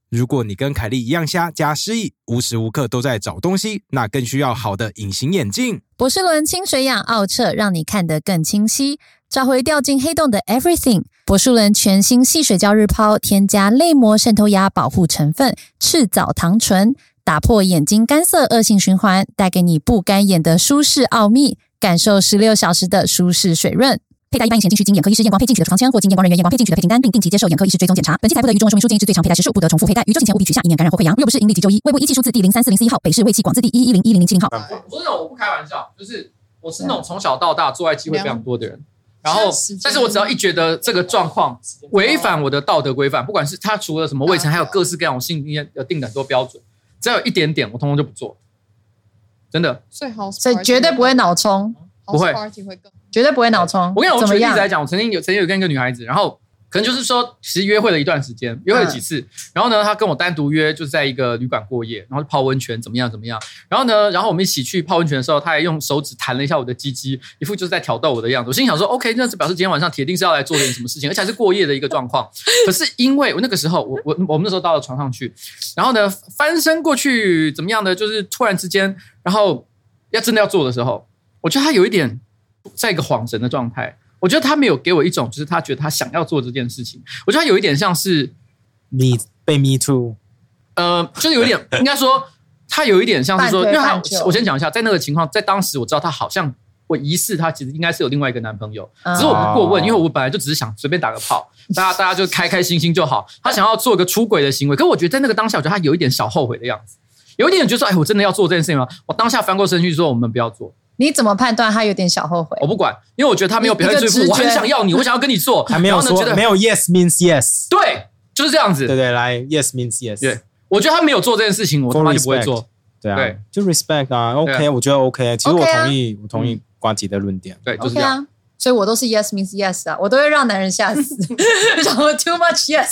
如果你跟凯莉一样瞎加失忆，无时无刻都在找东西，那更需要好的隐形眼镜。 博士伦清水氧奥彻让你看得更清晰，找回掉进黑洞的 everything。博士伦全新细水胶日抛，添加类膜渗透压保护成分，赤藻糖醇，打破眼睛干涩恶性循环，带给你不干眼的舒适奥秘，感受16小时的舒适水润。佩戴一般眼镜需经眼科医师验光配进取的处方签或经验光人员验光配进取的配型单，并定期接受眼科医师追踪检查。本期采不得于中文说明书建议之最长佩戴时数，不得重复佩戴。于就寝前务必取下，以免感染或溃疡。若不是，应立即就医。卫部医技数字第03441号，北市卫气广字第1101070号。 我说那种我不开玩笑，就是我是那种从小到大做爱机会非常多的人。然后，但是我只要一觉得这个状况违反我的道德规范，不管是他除了什么未成，还有各式各样我心里面有定的很多标准，只要有一点点，我通通就不做。真的， 所以绝对不会脑冲， 不会， 绝对不会脑冲。 我跟你讲，我举个例子来讲，我曾经有跟一个女孩子，然后可能就是说，其实约会了一段时间，约会了几次，然后呢，她跟我单独约，就是在一个旅馆过夜，然后泡温泉，怎么样，然后呢，然后我们一起去泡温泉的时候，她还用手指弹了一下我的鸡鸡，一副就是在挑逗我的样子。我心想说 ，OK， 那是表示今天晚上铁定是要来做点什么事情，而且还是过夜的一个状况。可是因为我那个时候，我们那时候到了床上去，然后呢，翻身过去怎么样的，就是突然之间，然后真的要做的时候，我觉得她有一点在一个恍神的状态。我觉得他没有给我一种，就是他觉得他想要做这件事情。我觉得他有一点像是被 me too， 就是有一点，应该说他有一点像是说，因为我先讲一下，在那个情况，在当时我知道他好像我疑似他其实应该是有另外一个男朋友，只是我不过问，因为我本来就只是想随便打个炮，大家就开开心心就好。他想要做一个出轨的行为，可是我觉得在那个当下，我觉得他有一点小后悔的样子，有一点觉得说，哎，我真的要做这件事情吗？我当下翻过身去说，我们不要做。 你怎么判断他有点小后悔？ 我不管，因为我觉得他没有表现出一副我很想要你，我想要跟你做， 还没有说没有 yes means yes， 对，就是这样子。 对，来 yes means yes。 对，我觉得他没有做这件事情，我他妈就不会做。 对啊，就 respect 啊 ，OK， 我觉得 OK。其实我同意呱吉的论点。 对，就是这样。 所以我都是 yes means yes 啊，我都会让男人吓死，然后 too much yes。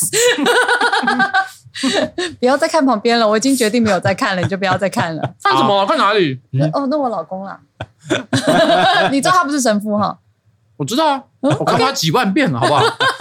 不要再看旁边了，我已经决定没有再看了，你就不要再看了。 看什么？看哪里？ 哦，那我老公啦。你知道他不是神父哈？ 我知道啊，我看他几万遍了，好不好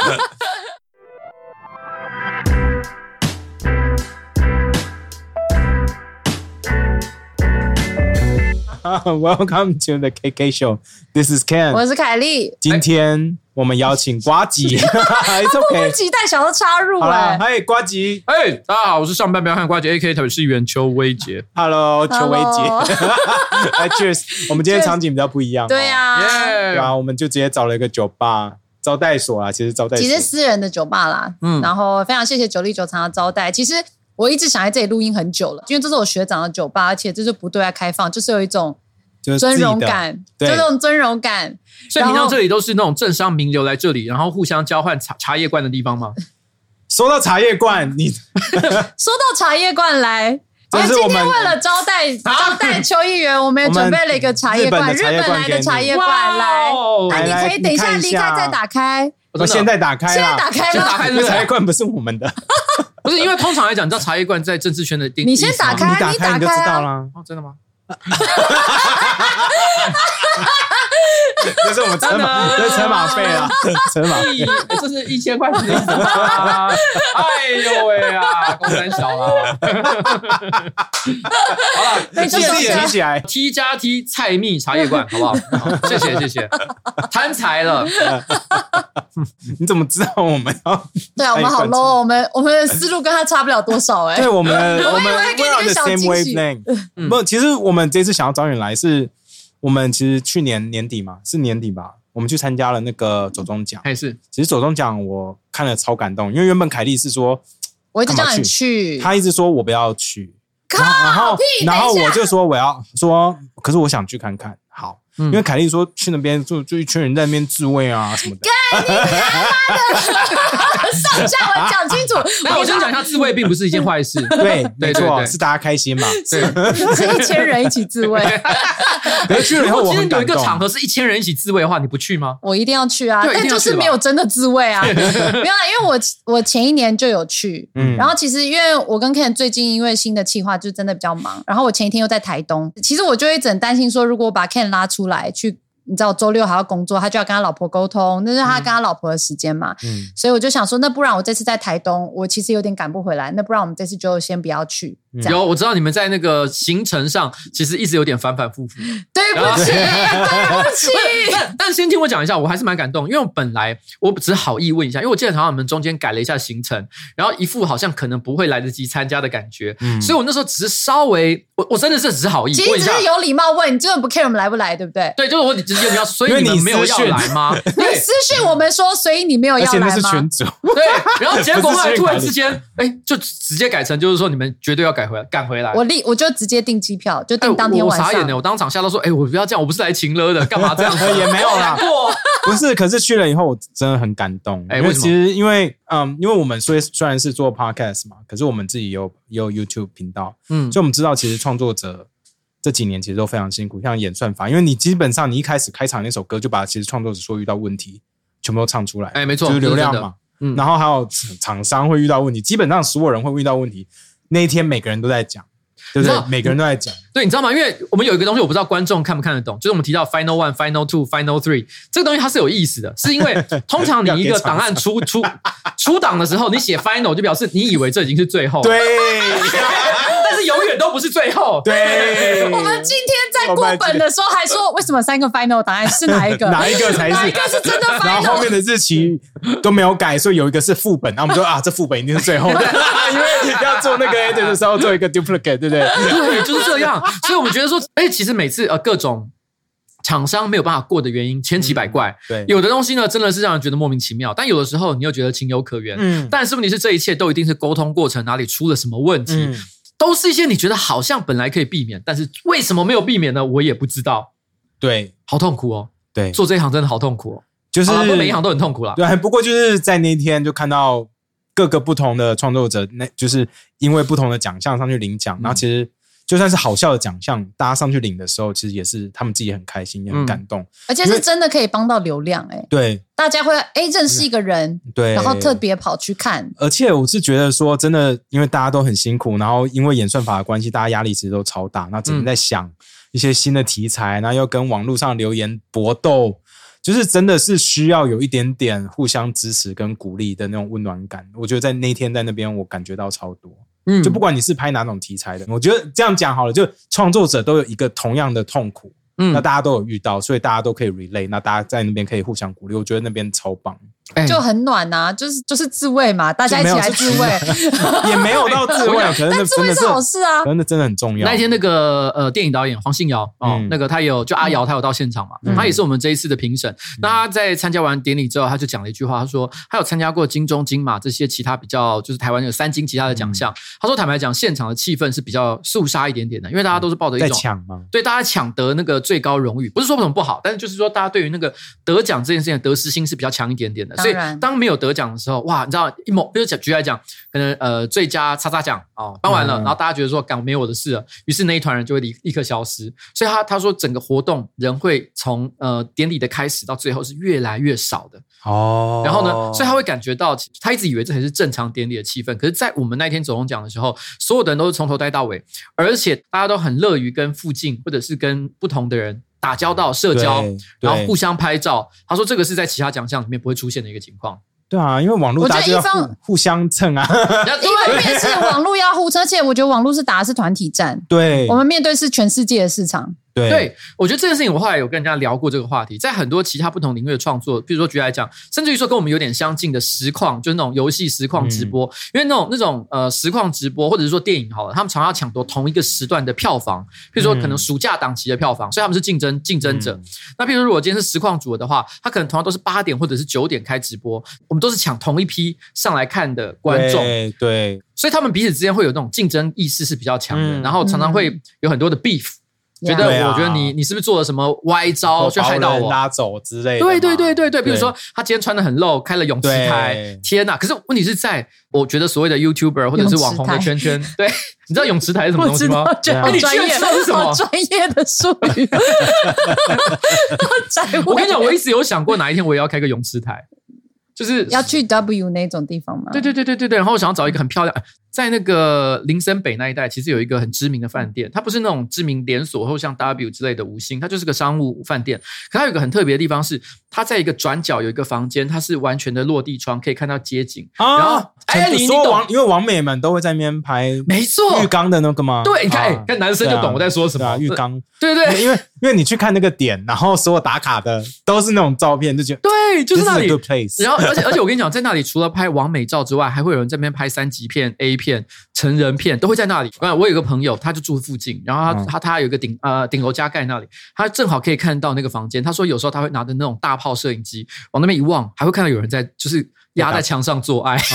？Welcome to the KK Show. This is Ken. 我是凯莉。 今天我们邀请呱吉。It's okay. 呱吉太小的插入了。嗨，呱吉。 大家好，我是上班不要看呱吉 ，AK 台北市议员邱威杰。 Hello， 邱威杰。Cheers。我们今天场景比较不一样。 对啊， 对啊，我们就直接找了一个酒吧招待所啦。其实私人的酒吧啦。然后非常谢谢九力酒厂的招待。其实我一直想在这里录音很久了，因为这是我学长的酒吧，而且这是不对外开放，就是有一种尊荣感，就这种尊荣感。 所以平常这里都是那种政商名流来这里，然后互相交换茶叶罐的地方吗？ 说到茶叶罐， 说到茶叶罐来，今天为了招待邱议员，我们也准备了一个茶叶罐，日本来的茶叶罐来。你可以等一下离开再打开。 我现在打开了， 现在打开了。 因为茶叶罐不是我们的。 不是，因为通常来讲，你知道茶叶罐在政治圈的定义。 你先打开， 你就知道了。 哦，真的吗？ 这是我们车马费啦，车马费， 这是1000块钱的意思吗？哎呦喂啊，公三小啦！好了， 提起来 ，T 加 T 菜蜜茶叶罐，好不好？谢谢，贪财了。 你怎么知道我们要？ 对啊，我们好 low， 我们的思路跟他差不了多少哎。 对，我们 we're on the same wavelength。不，其实我们这次想要找你来是。我们其实去年年底嘛，是年底吧，我们去参加了那个走钟奖。 是， 其实走钟奖我看了超感动，因为原本凯莉是说， 我一直叫你去， 他一直说我不要去， 然后我就说我要说，可是我想去看看。好，因为凯莉说去那边就一群人在那边自慰啊什么的。 上下文讲清楚。 那我先讲一下，自慰并不是一件坏事。 对，没错，是大家开心嘛。 是1000人一起自慰。 可是去了以后我很感动。 今天有一个场合是1000人一起自慰的话，你不去吗？ 我一定要去啊，但就是没有真的自慰啊。没有啦，因为我前一年就有去，然后其实因为我跟 Ken 最近因为新的企划就真的比较忙，然后我前一天又在台东，其实我就一直很担心说，如果我把 Ken 拉出来去你知道周六还要工作，他就要跟他老婆沟通，那是他跟他老婆的时间嘛。所以我就想说，那不然我这次在台东，我其实有点赶不回来，那不然我们这次就先不要去。 有，我知道你们在那个行程上其实一直有点反反复复。 对不起，对不起。 但先听我讲一下，我还是蛮感动，因为我本来我只是好意问一下，因为我记得好像你们中间改了一下行程，然后一副好像可能不会来得及参加的感觉，所以我那时候只是稍微，我真的是只是好意问一下， 其实只是有礼貌问，你真的不 care 我们来不来，对不对？ 对，就是我只是有礼貌，所以你们没有要来吗？ 你私讯我们说，所以你没有要来吗？ 而且那是群主， 对，然后结果后来突然之间，就直接改成就是说你们绝对要赶回来。 我就直接订机票，就订当天晚上。 我傻眼了，我当场吓到说，我不要这样，我不是来情勒的，干嘛这样？ 也没有啦，不是，可是去了以后我真的很感动，因为其实因为我们虽然是做 podcast 嘛，可是我们自己也有 YouTube 频道，所以我们知道其实创作者这几年其实都非常辛苦，像演算法，因为你基本上你一开始开场那首歌就把其实创作者所遇到问题全部都唱出来， 没错， 就是流量嘛，然后还有厂商会遇到问题，基本上所有人会遇到问题，那一天每个人都在讲。对不对？每个人都在讲。 对，你知道吗？因为我们有一个东西，我不知道观众看不看得懂，就是我们提到 Final One、Final Two、Final Three 这个东西，它是有意思的，是因为通常你一个档案出档的时候，你写 Final 就表示你以为这已经是最后， 对， 但是永远都不是最后。 对， 我们今天在过本的时候还说，为什么3个 Final 档案是哪一个？ 哪一个才是？ 哪一个是真的 Final？ 然后后面的日期都没有改，所以有一个是副本，然后我们说这副本一定是最后的，因为要做那个 edit 的时候做一个 duplicate， 对不对？ 对，就是这样。所以我们觉得说，其实每次各种厂商没有办法过的原因千奇百怪。 对， 有的东西呢真的是让人觉得莫名其妙，但有的时候你又觉得情有可原。但是问题是这一切都一定是沟通过程哪里出了什么问题，都是一些你觉得好像本来可以避免，但是为什么没有避免呢？我也不知道。 对， 好痛苦哦。 对， 做这一行真的好痛苦哦。 就是不过每一行都很痛苦啦。 对，不过就是在那一天就看到各个不同的创作者，就是因为不同的奖项上去领奖，然后其实就算是好笑的奖项，大家上去领的时候，其实也是他们自己也很开心，也很感动， 而且是真的可以帮到流量。 对， 大家会认识一个人，对，然后特别跑去看。 而且我是觉得说，真的，因为大家都很辛苦，然后因为演算法的关系，大家压力其实都超大，那整天在想一些新的题材，然后又跟网络上留言搏斗。就是真的是需要有一点点互相支持跟鼓励的那种温暖感，我觉得在那天在那边我感觉到超多。就不管你是拍哪种题材的，我觉得这样讲好了，就创作者都有一个同样的痛苦，那大家都有遇到，所以大家都可以 relate， 那大家在那边可以互相鼓励，我觉得那边超棒。 就很暖啊，就是自慰嘛，大家一起来自慰， 也没有到自慰，可能但自慰是好事啊， 可能真的很重要。 那一天那个电影导演黄信尧那个他有就阿尧他有到现场嘛，他也是我们这一次的评审。那他在参加完典礼之后，他就讲了一句话，他说他有参加过金钟、金马这些其他比较就是台湾有3金其他的奖项。他说坦白讲，现场的气氛是比较肃杀一点点的，因为大家都是抱着一种在抢嘛，对， 大家抢得那个最高荣誉，不是说什么不好，但是就是说大家对于那个得奖这件事情的得失心是比较强一点点的，所以当没有得奖的时候，哇，你知道比如举例来讲，可能最佳叉叉奖颁完了，然后大家觉得说没有我的事了，于是那一团人就会立刻消失。所以他说整个活动人会从典礼的开始到最后是越来越少的然后呢，所以他会感觉到他一直以为这才是正常典礼的气氛，可是在我们那天走红奖的时候，所有的人都是从头待到尾，而且大家都很乐于跟附近或者是跟不同的人打交道、社交，然后互相拍照。他说这个是在其他奖项里面不会出现的一个情况。 对啊，因为网络大家就要互相蹭啊。 一方面是网络要互蹭，而且我觉得网络是打的是团体战。 对， 我们面对是全世界的市场。 对，我觉得这件事情我后来有跟人家聊过这个话题，在很多其他不同领域的创作，比如说举例来讲，甚至于说跟我们有点相近的实况，就是那种游戏实况直播，因为那种实况直播或者是说电影好了，他们常常要抢夺同一个时段的票房，比如说可能暑假档期的票房，所以他们是竞争者。那比如说如果今天是实况组的话，他可能同样都是8点或者是9点开直播，我们都是抢同一批上来看的观众， 对， 所以他们彼此之间会有那种竞争意识是比较强的，然后常常会有很多的 beef。我觉得你是不是做了什么歪招去害到我， 拉走之类的？ 对，比如说他今天穿得很露，开了泳池台，天哪！可是问题是在我觉得所谓的 YouTuber 或者是网红的圈圈，对，你知道泳池台是什么东西吗？ 你居然知道是什么？好专业的术语。 我跟你讲，我一直有想过哪一天我也要开个泳池台。就是要去 W 那种地方吗？ 对，然后我想要找一个很漂亮， 在那个林森北那一带，其实有一个很知名的饭店，它不是那种知名连锁或像 W 之类的5星，它就是个商务饭店。可它有一个很特别的地方是，它在一个转角有一个房间，它是完全的落地窗，可以看到街景。然后，你懂， 因为网美们都会在那边拍， 没错， 浴缸的那个吗？ 对，你看，看男生就懂我在说什么。 浴缸， 对， 因为你去看那个点，然后所有打卡的都是那种照片，就觉得对，就是那里。然后，而且我跟你讲，在那里除了拍网美照之外，还会有人在那边拍3级片、A 片、成人片，都会在那里。我有个朋友，他就住附近，然后他有一个顶楼加盖那里，他正好可以看到那个房间。他说有时候他会拿着那种大炮摄影机往那边一望，还会看到有人在就是压在墙上做爱。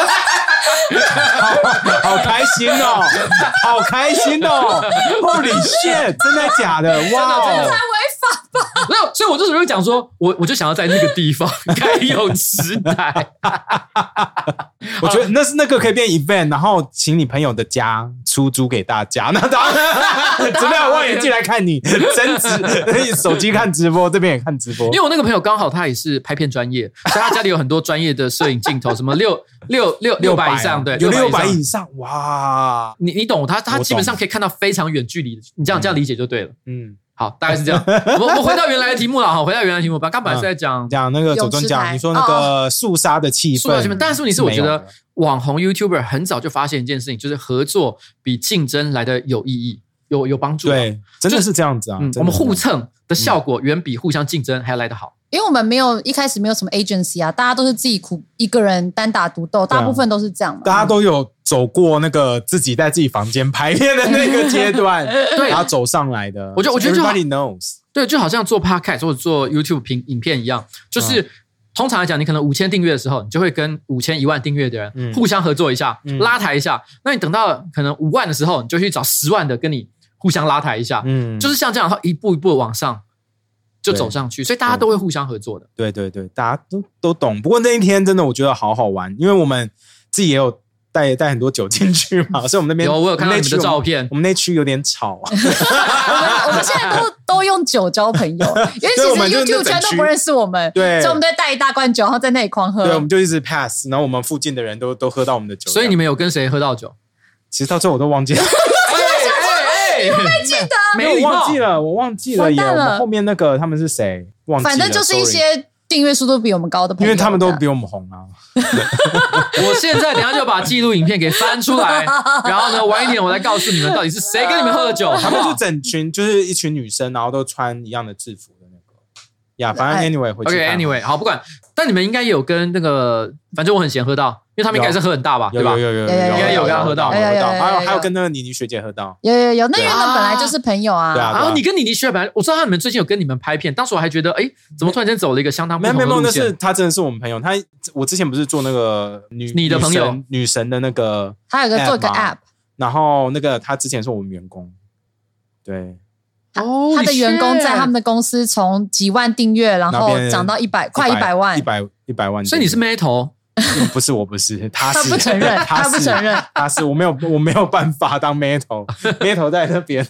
好开心哦，好开心哦 ！Holy shit， 真的假的？哇， 这才违法吧？ 没有，所以我就讲说，我就想要在那个地方开泳池台。 我觉得那个可以变 event， 然后请你朋友的家出租给大家。那当然，准备好望远镜来看你真直，手机看直播，这边也看直播。 因为我那个朋友刚好他也是拍片专业，所以他家里有很多专业的摄影镜头，什么600以上，对， 有600以上，哇！ 你懂他基本上可以看到非常远距离的，你这样理解就对了。好，大概是这样。我回到原来的题目了哈，回到原来的题目。刚本来是在讲那个左中讲，你说那个肃杀的气氛， 但是问题是，我觉得网红 YouTuber 很早就发现一件事情，就是合作比竞争来的有意义，有帮助。 对，真的是这样子啊。 我们互蹭的效果远比互相竞争还要来得好。 因为我们一开始没有什么 agency 啊，大家都是自己一个人单打独斗，大部分都是这样嘛。 大家都有走过那个自己在自己房间拍片的那个阶段，对，然后走上来的。 我觉得 everybody knows， 对，就好像做 podcast 或者做 YouTube 影片一样，就是通常来讲，你可能5000订阅的时候，你就会跟5000、1万订阅的人互相合作一下，拉抬一下。那你等到可能5万的时候，你就去找10万的跟你互相拉抬一下，就是像这样，一步一步的往上。就走上去，所以大家都会互相合作的。 对，大家都懂。不过那一天真的我觉得好好玩，因为我们自己也有带很多酒进去嘛，所以我们那边我有看到你们的照片。 我们那区有点吵啊。 我们现在都用酒交朋友，因为其实 YouTube 圈都不认识我们， 对， 所以我们都会带一大罐酒，然后在那里狂喝。 对，我们就一直 pass， 然后我们附近的人都喝到我们的酒。 所以你们有跟谁喝到酒？ 其实到最后我都忘记了。 我没记得， 我忘记了耶。我们后面那个他们是谁？忘记了。 反正就是一些订阅数都比我们高的朋友， 因为他们都比我们红啊。 我现在等一下就把记录影片给翻出来，然后呢，晚一点我来告诉你们到底是谁跟你们喝的酒。 他们就整群，就是一群女生，然后都穿一样的制服的那个。呀，反正 anyway 回去。 OK，anyway， 好，不管。但你们应该也有跟那个，反正我很闲喝到。因为他们应该是喝很大吧，对吧？ 有， 应该有跟他喝到， 还有跟那个妮妮学姐喝到， 有，那因为他们本来就是朋友啊。 对啊。 然后你跟妮妮学姐本来，我知道你们最近有跟你们拍片，当时我还觉得，怎么突然间走了一个相当不同的路线？ 没有，那是他真的是我们朋友。我之前不是做那个你的朋友女神的那个， 他有做一个 app， 然后那个他之前是我们员工，对。 他的员工在他们的公司从几万订阅，然后涨到快100万 ，100万。 所以你是妹头？ 不是，我不是，他不承认，他不承认， 他是我没有办法当 metal 在那边。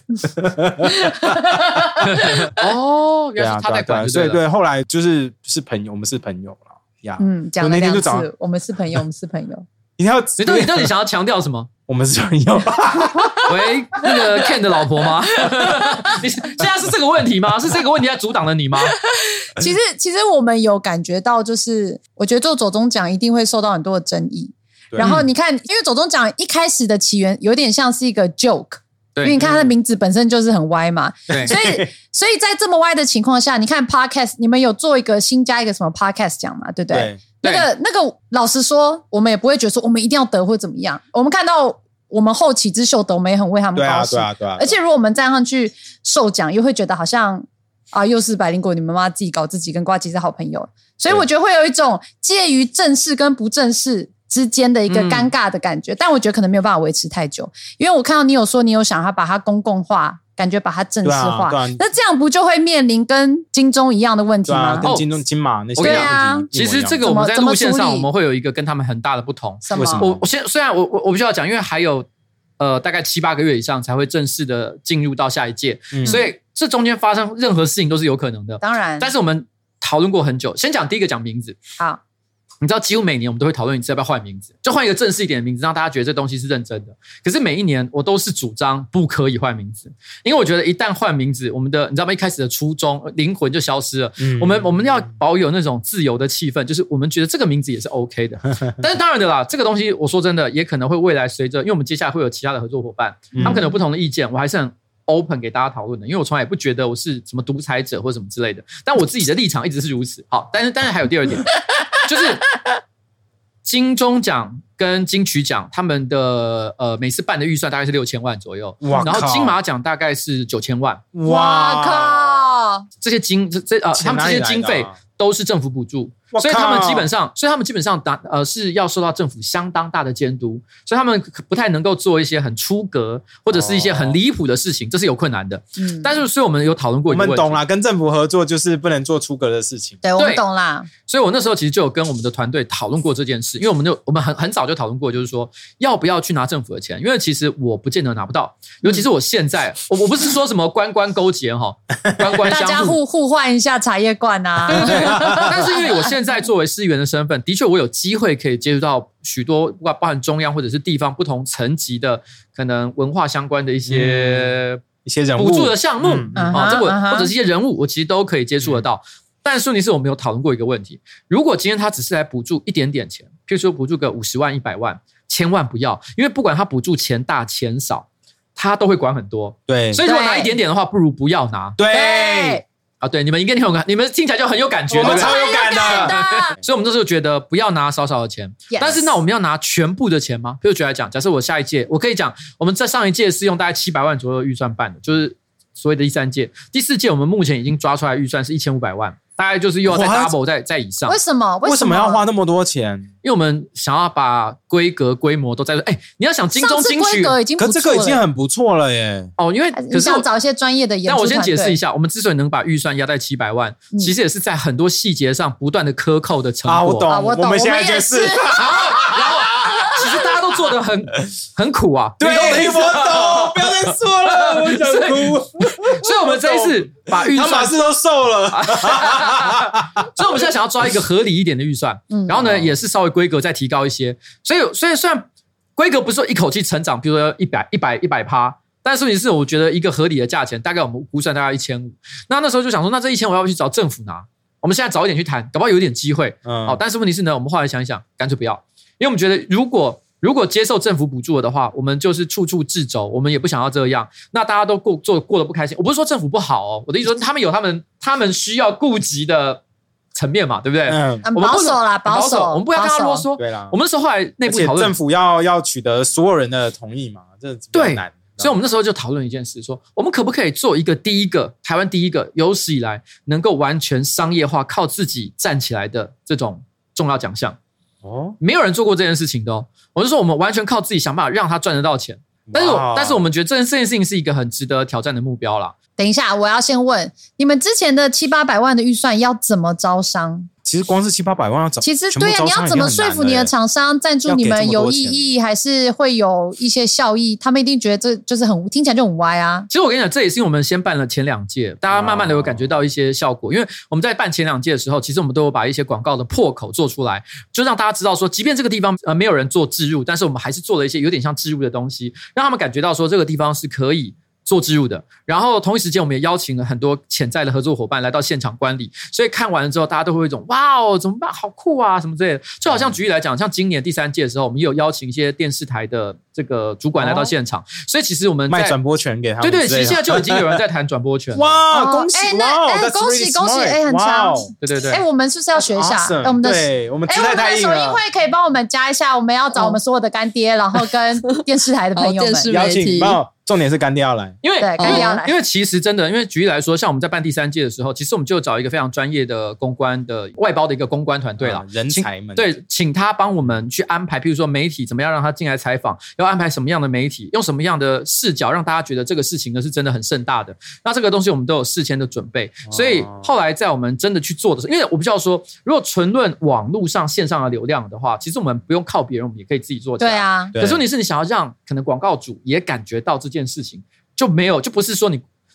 原来是他在管， 所以对，后来是朋友，我们是朋友了呀。 讲了2次，我们是朋友，我们是朋友。 你到底想要强调什么？ 我们是朋友。 喂，那个 Ken 的老婆吗？你现在是这个问题吗？是这个问题在阻挡了你吗？ 其实我们有感觉到，就是我觉得做走中奖一定会受到很多的争议。然后你看，因为走中奖一开始的起源有点像是一个 joke， 因为你看它的名字本身就是很歪嘛，所以在这么歪的情况下，你看 podcast， 你们有做新加一个什么 podcast 奖嘛，对不对？那个老实说，我们也不会觉得说我们一定要得或怎么样。我们看到我们后起之秀得，我们也很为他们高兴。 对啊。 而且如果我们站上去受奖，又会觉得好像又是百灵果，你们妈自己搞自己，跟呱吉是好朋友。所以我觉得会有一种介于正式跟不正式之间的一个尴尬的感觉。但我觉得可能没有办法维持太久，因为我看到你有说你有想要把它公共化。感觉把它正式化，那这样不就会面临跟金钟一样的问题吗？ 跟金钟、金马那些对啊。 其实这个我们在路线上我们会有一个跟他们很大的不同。 为什么？ 虽然我必须要讲，因为还有大概7-8个月以上才会正式的进入到下一届，所以这中间发生任何事情都是有可能的。 当然， 但是我们讨论过很久。先讲第一个，讲名字。 好， 你知道几乎每年我们都会讨论一次要不要换名字，就换一个正式一点的名字，让大家觉得这东西是认真的。可是每一年我都是主张不可以换名字，因为我觉得一旦换名字，我们的你知道吗？一开始的初衷灵魂就消失了。我们要保有那种自由的气氛，就是我们觉得这个名字也是 OK 的。但是当然的啦，这个东西我说真的，也可能会未来随着，因为我们接下来会有其他的合作伙伴，他们可能有不同的意见，我还是很open 给大家讨论的，因为我从来也不觉得我是什么独裁者或什么之类的，但我自己的立场一直是如此。好，但是还有第二点，就是金钟奖跟金曲奖他们的每次办的预算大概是6000万左右，然后金马奖大概是9000万。 哇靠！ 这些他们这些经费都是政府补助，所以他们基本上是要受到政府相当大的监督，所以他们不太能够做一些很出格或者是一些很离谱的事情，这是有困难的。但是所以我们有讨论过一个问题， 我们懂啦，跟政府合作就是不能做出格的事情。 对，我们懂啦。 所以我那时候其实就有跟我们的团队讨论过这件事，因为我们很早就讨论过，就是说要不要去拿政府的钱，因为其实我不见得拿不到，尤其是我现在我不是说什么官勾结哈，官相大家互换一下茶叶罐啊。 但是因为我现在作为市议员的身份，的确我有机会可以接触到许多包含中央或者是地方不同层级的可能文化相关的一些人物补助的项目或者是一些人物，我其实都可以接触得到。但是问题是我们有讨论过一个问题，如果今天他只是来补助一点点钱，譬如说补助个50万100万，千万不要，因为不管他补助钱大钱少，他都会管很多。 对， 所以如果拿一点点的话，不如不要拿。 对啊，对，你们应该你们听起来就很有感觉， 我们超有感的。 所以我们那时候觉得不要拿少少的钱，但是那我们要拿全部的钱吗？譬如举例来讲，假设我下一届，我可以讲我们在上一届是用大概700万左右的预算办的，就是所谓的第3届、第4届，我们目前已经抓出来预算是1500万。大概就是又要再 double 在以上。 为什么要花那么多钱？ 因为我们想要把规格规模都在你要想金钟金曲， 可这个已经很不错了耶。 因为你想找一些专业的演出团队。 但我先解释一下，我们之所以能把预算压在700万，其实也是在很多细节上不断的克扣的成果。 我懂，我们现在就是。 然后其实大家都做得很苦啊。 对，我懂，不要再说了，我想哭。 所以我们这一次把预算， 他马氏都瘦了。 所以我们现在想要抓一个合理一点的预算，然后呢，也是稍微规格再提高一些。所以虽然规格不是说一口气成长，比如说100%，但是问题是，我觉得一个合理的价钱，大概我们估算大概1500。那时候就想说，那这1000我要不要去找政府拿？我们现在早一点去谈，搞不好有点机会。但是问题是呢，我们后来想一想，干脆不要，因为我们觉得如果接受政府补助的话，我们就是处处掣肘，我们也不想要这样。那大家都过得不开心。我不是说政府不好哦，我的意思说他们有他们需要顾及的层面嘛，对不对？ 我们保守啦，保守， 我们不要跟他啰嗦。 对啦， 我们那时候后来内部讨论， 政府要取得所有人的同意嘛，这比较难。 所以我们那时候就讨论一件事，说我们可不可以做一个台湾第一个有史以来能够完全商业化、靠自己站起来的这种重要奖项。没有人做过这件事情的哦。我就说我们完全靠自己想办法让他赚得到钱，但是我们觉得这件事情是一个很值得挑战的目标啦。 等一下，我要先问你们之前的700-800万的预算要怎么招商？ 其实光是700-800万要找， 其实对啊，你要怎么说服你的厂商赞助你们有意义，还是会有一些效益？他们一定觉得这就是听起来就很歪啊。 其实我跟你讲，这也是因为我们先办了前2届，大家慢慢的有感觉到一些效果。因为我们在办前2届的时候，其实我们都有把一些广告的破口做出来，就让大家知道说，即便这个地方没有人做置入，但是我们还是做了一些有点像置入的东西，让他们感觉到说这个地方是可以做置入的。然后同一时间我们也邀请了很多潜在的合作伙伴来到现场观礼，所以看完了之后大家都会有一种哇哦怎么办好酷啊什么之类的。就好像举例来讲，像今年第3届的时候，我们也有邀请一些电视台的这个主管来到现场，所以其实我们卖转播权给他们。 对，其实现在就已经有人在谈转播权。 哇，恭喜！ 恭喜！很强。 对。 我们是不是要学一下？我们的首映会可以帮我们加一下，我们要找我们所有的干爹，然后跟电视台的朋友们邀请。重点是干爹要来， 因为其实真的，因为举例来说，像我们在办第3届的时候，其实我们就找一个非常专业的公关的外包的一个公关团队啦， 人才们， 对，请他帮我们去安排，譬如说媒体怎么样让他进来采访，要安排什么样的媒体，用什么样的视角，让大家觉得这个事情呢是真的很盛大的。那这个东西我们都有事先的准备，所以后来在我们真的去做的时候，因为我必须要说，如果纯论网络上线上的流量的话，其实我们不用靠别人，我们也可以自己做起来。 对啊，可是问题是你想要让可能广告主也感觉到这件事情。就不是说你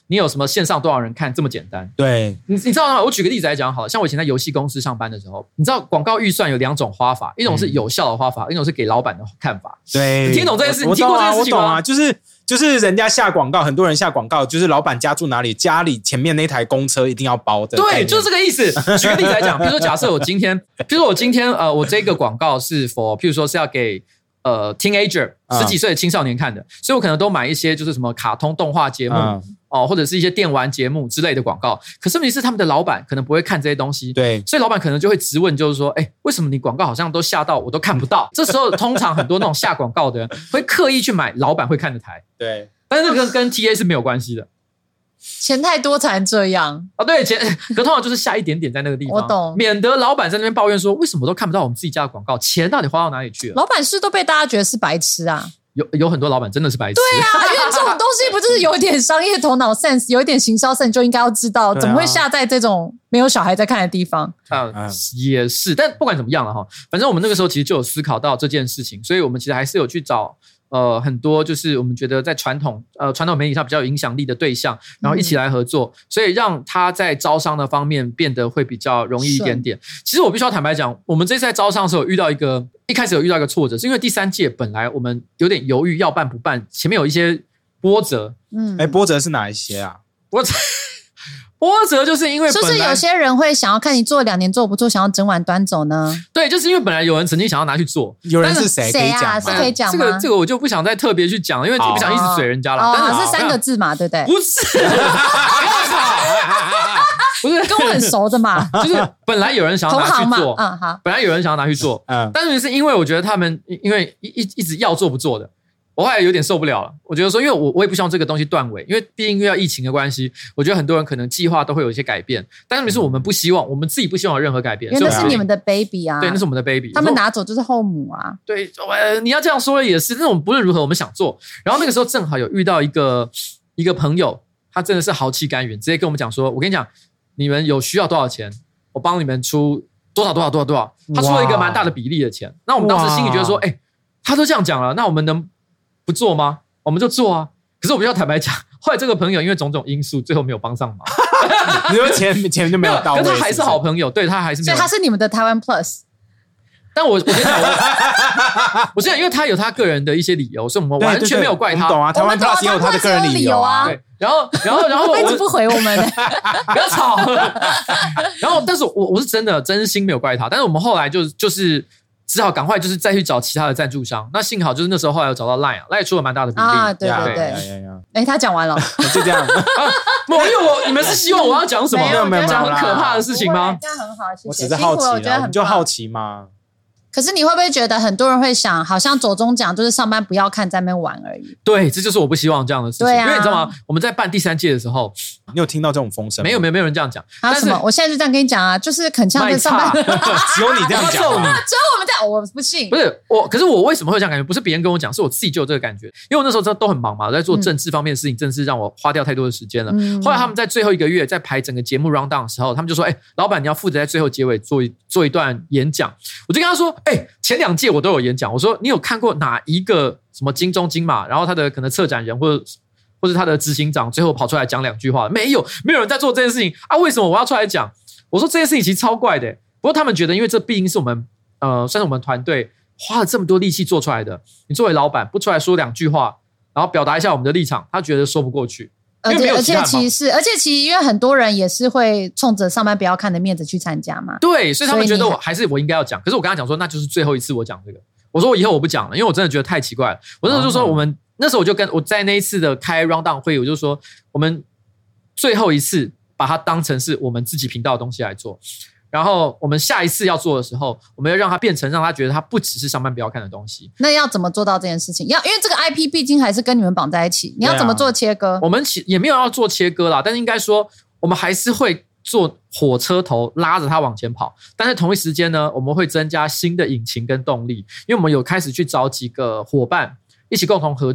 你有什么线上多少人看这么简单。 对， 你知道吗？我举个例子来讲好了，像我以前在游戏公司上班的时候，你知道广告预算有2种花法，一种是有效的花法，一种是给老板的看法。 对， 你听懂这件事？你听过这件事情吗？ 我懂啊，就是人家下广告，很多人下广告，就是老板家住哪里，家里前面那台公车一定要包的。 对，就是这个意思。举个例子来讲，比如说假设我今天我这个广告是 for， 譬如说是要给teenager 10几岁的青少年看的，所以我可能都买一些就是什么卡通动画节目或者是一些电玩节目之类的广告。可是问题是他们的老板可能不会看这些东西， 对， 所以老板可能就会质问，就是说，为什么你广告好像都下到我都看不到？这时候通常很多那种下广告的人会刻意去买老板会看的台， 对， 但是跟 TA 是没有关系的。 钱太多才能这样对，可通常就是下一点点在那个地方， 我懂， 免得老板在那边抱怨说，为什么都看不到我们自己家的广告，钱到底花到哪里去了？ 老板是都被大家觉得是白痴啊。 有很多老板真的是白痴。 对啊，因为这种东西不就是有一点商业头脑 sense， 有一点行销 sense 就应该要知道，怎么会下在这种没有小孩在看的地方？ 也是，但不管怎么样了哈，反正我们那个时候其实就有思考到这件事情，所以我们其实还是有去找很多就是我们觉得在传统媒体上比较有影响力的对象，然后一起来合作，所以让他在招商的方面变得会比较容易一点点。其实我必须要坦白讲，我们这次在招商的时候一开始有遇到一个挫折，是因为第3届本来我们有点犹豫要办不办，前面有一些波折。 波折是哪一些啊？ 波折就是因为就是有些人会想要看你做2年做不做，想要整碗端走呢。 对，就是因为本来有人曾经想要拿去做， 有人是谁？可以讲吗？ 是可以讲吗？ 这个我就不想再特别去讲，因为不想一直嘴人家了。但是3个字嘛，对不对？ 不是，不要吵，不是跟我很熟的嘛。 就是本来有人想要拿去做， 好， 本来有人想要拿去做，但是因为我觉得他们因为一直要做不做的。我后来有点受不了了，我觉得说，因为我也不希望这个东西断尾，因为毕竟因为要疫情的关系，我觉得很多人可能计划都会有一些改变，但是我们不希望，我们自己不希望有任何改变， 因为那是你们的 baby 啊， 对，那是我们的 baby， 他们拿走就是后母啊， 对，你要这样说也是，那种不论如何我们想做，然后那个时候正好有遇到一个朋友，他真的是豪气干云，直接跟我们讲说，我跟你讲，你们有需要多少钱，我帮你们出多少，他出了一个蛮大的比例的钱，那我们当时心里觉得说，他都这样讲了，那我们能不做吗？我们就做啊！可是我必须要坦白讲，后来这个朋友因为种种因素，最后没有帮上忙。 你说钱就没有到位， 可他还是好朋友，对他还是没有。 所以他是你们的台湾 Plus。 但我跟你讲，我现在因为他有他个人的一些理由，所以我们完全没有怪他。 懂啊，台湾 Plus 也有他的个人理由啊。 对，然后他一直不回我们， 不要吵。然后，但是我是真心没有怪他，但是我们后来就是只好赶快就是再去找其他的赞助商。那幸好就是那时候后来有找到 Line 出了蛮大的比例啊，对。他讲完了， 就这样。 因为你们是希望我要讲什么？ 没有讲很可怕的事情吗？ 这样很好，谢谢。 我只是好奇，我们就好奇嘛。 可是你会不会觉得很多人会想，好像左中讲就是上班不要看，在那边玩而已？ 对，这就是我不希望这样的事情。因为你知道吗？我们在办第3届的时候， 你有听到这种风声吗？ 没有人这样讲。 还有什么？我现在就这样跟你讲啊，就是很像在上班， 只有你这样讲，只有我们这样，我不信。 不是我，可是我为什么会这样感觉？不是别人跟我讲，是我自己就有这个感觉。因为我那时候都很忙嘛，在做政治方面的事情，真的是让我花掉太多的时间了。后来他们在最后1个月在排整个节目 round down 的时候，他们就说：“老板，你要负责在最后结尾做一段演讲。”我就跟他说：“前2届我都有演讲。”我说：“你有看过哪一个什么金钟金马，然后他的可能策展人或者他的执行长最后跑出来讲2句话？没有人在做这件事情啊！为什么我要出来讲？”我说：“这件事情其实超怪的。”不过他们觉得，因为这毕竟是我们算是我们团队花了这么多力气做出来的，你作为老板不出来说2句话，然后表达一下我们的立场，他觉得说不过去。而且其实因为很多人也是会冲着上班不要看的面子去参加嘛。 对，所以他们觉得我应该要讲。可是我跟他讲说，那就是最后一次我讲这个。我说我以后我不讲了，因为我真的觉得太奇怪了。我那时候就说那时候我就跟我在那一次的开 round down 会议，我就说我们最后一次把它当成是我们自己频道的东西来做。然后我们下一次要做的时候，我们要让它变成让他觉得它不只是上班不要看的东西。 那要怎么做到这件事情？因为这个 IP 毕竟还是跟你们绑在一起，你要怎么做切割？ 我们也没有要做切割啦，但是应该说我们还是会做火车头拉着它往前跑，但是同一时间呢，我们会增加新的引擎跟动力，因为我们有开始去找几个伙伴一起共同合作，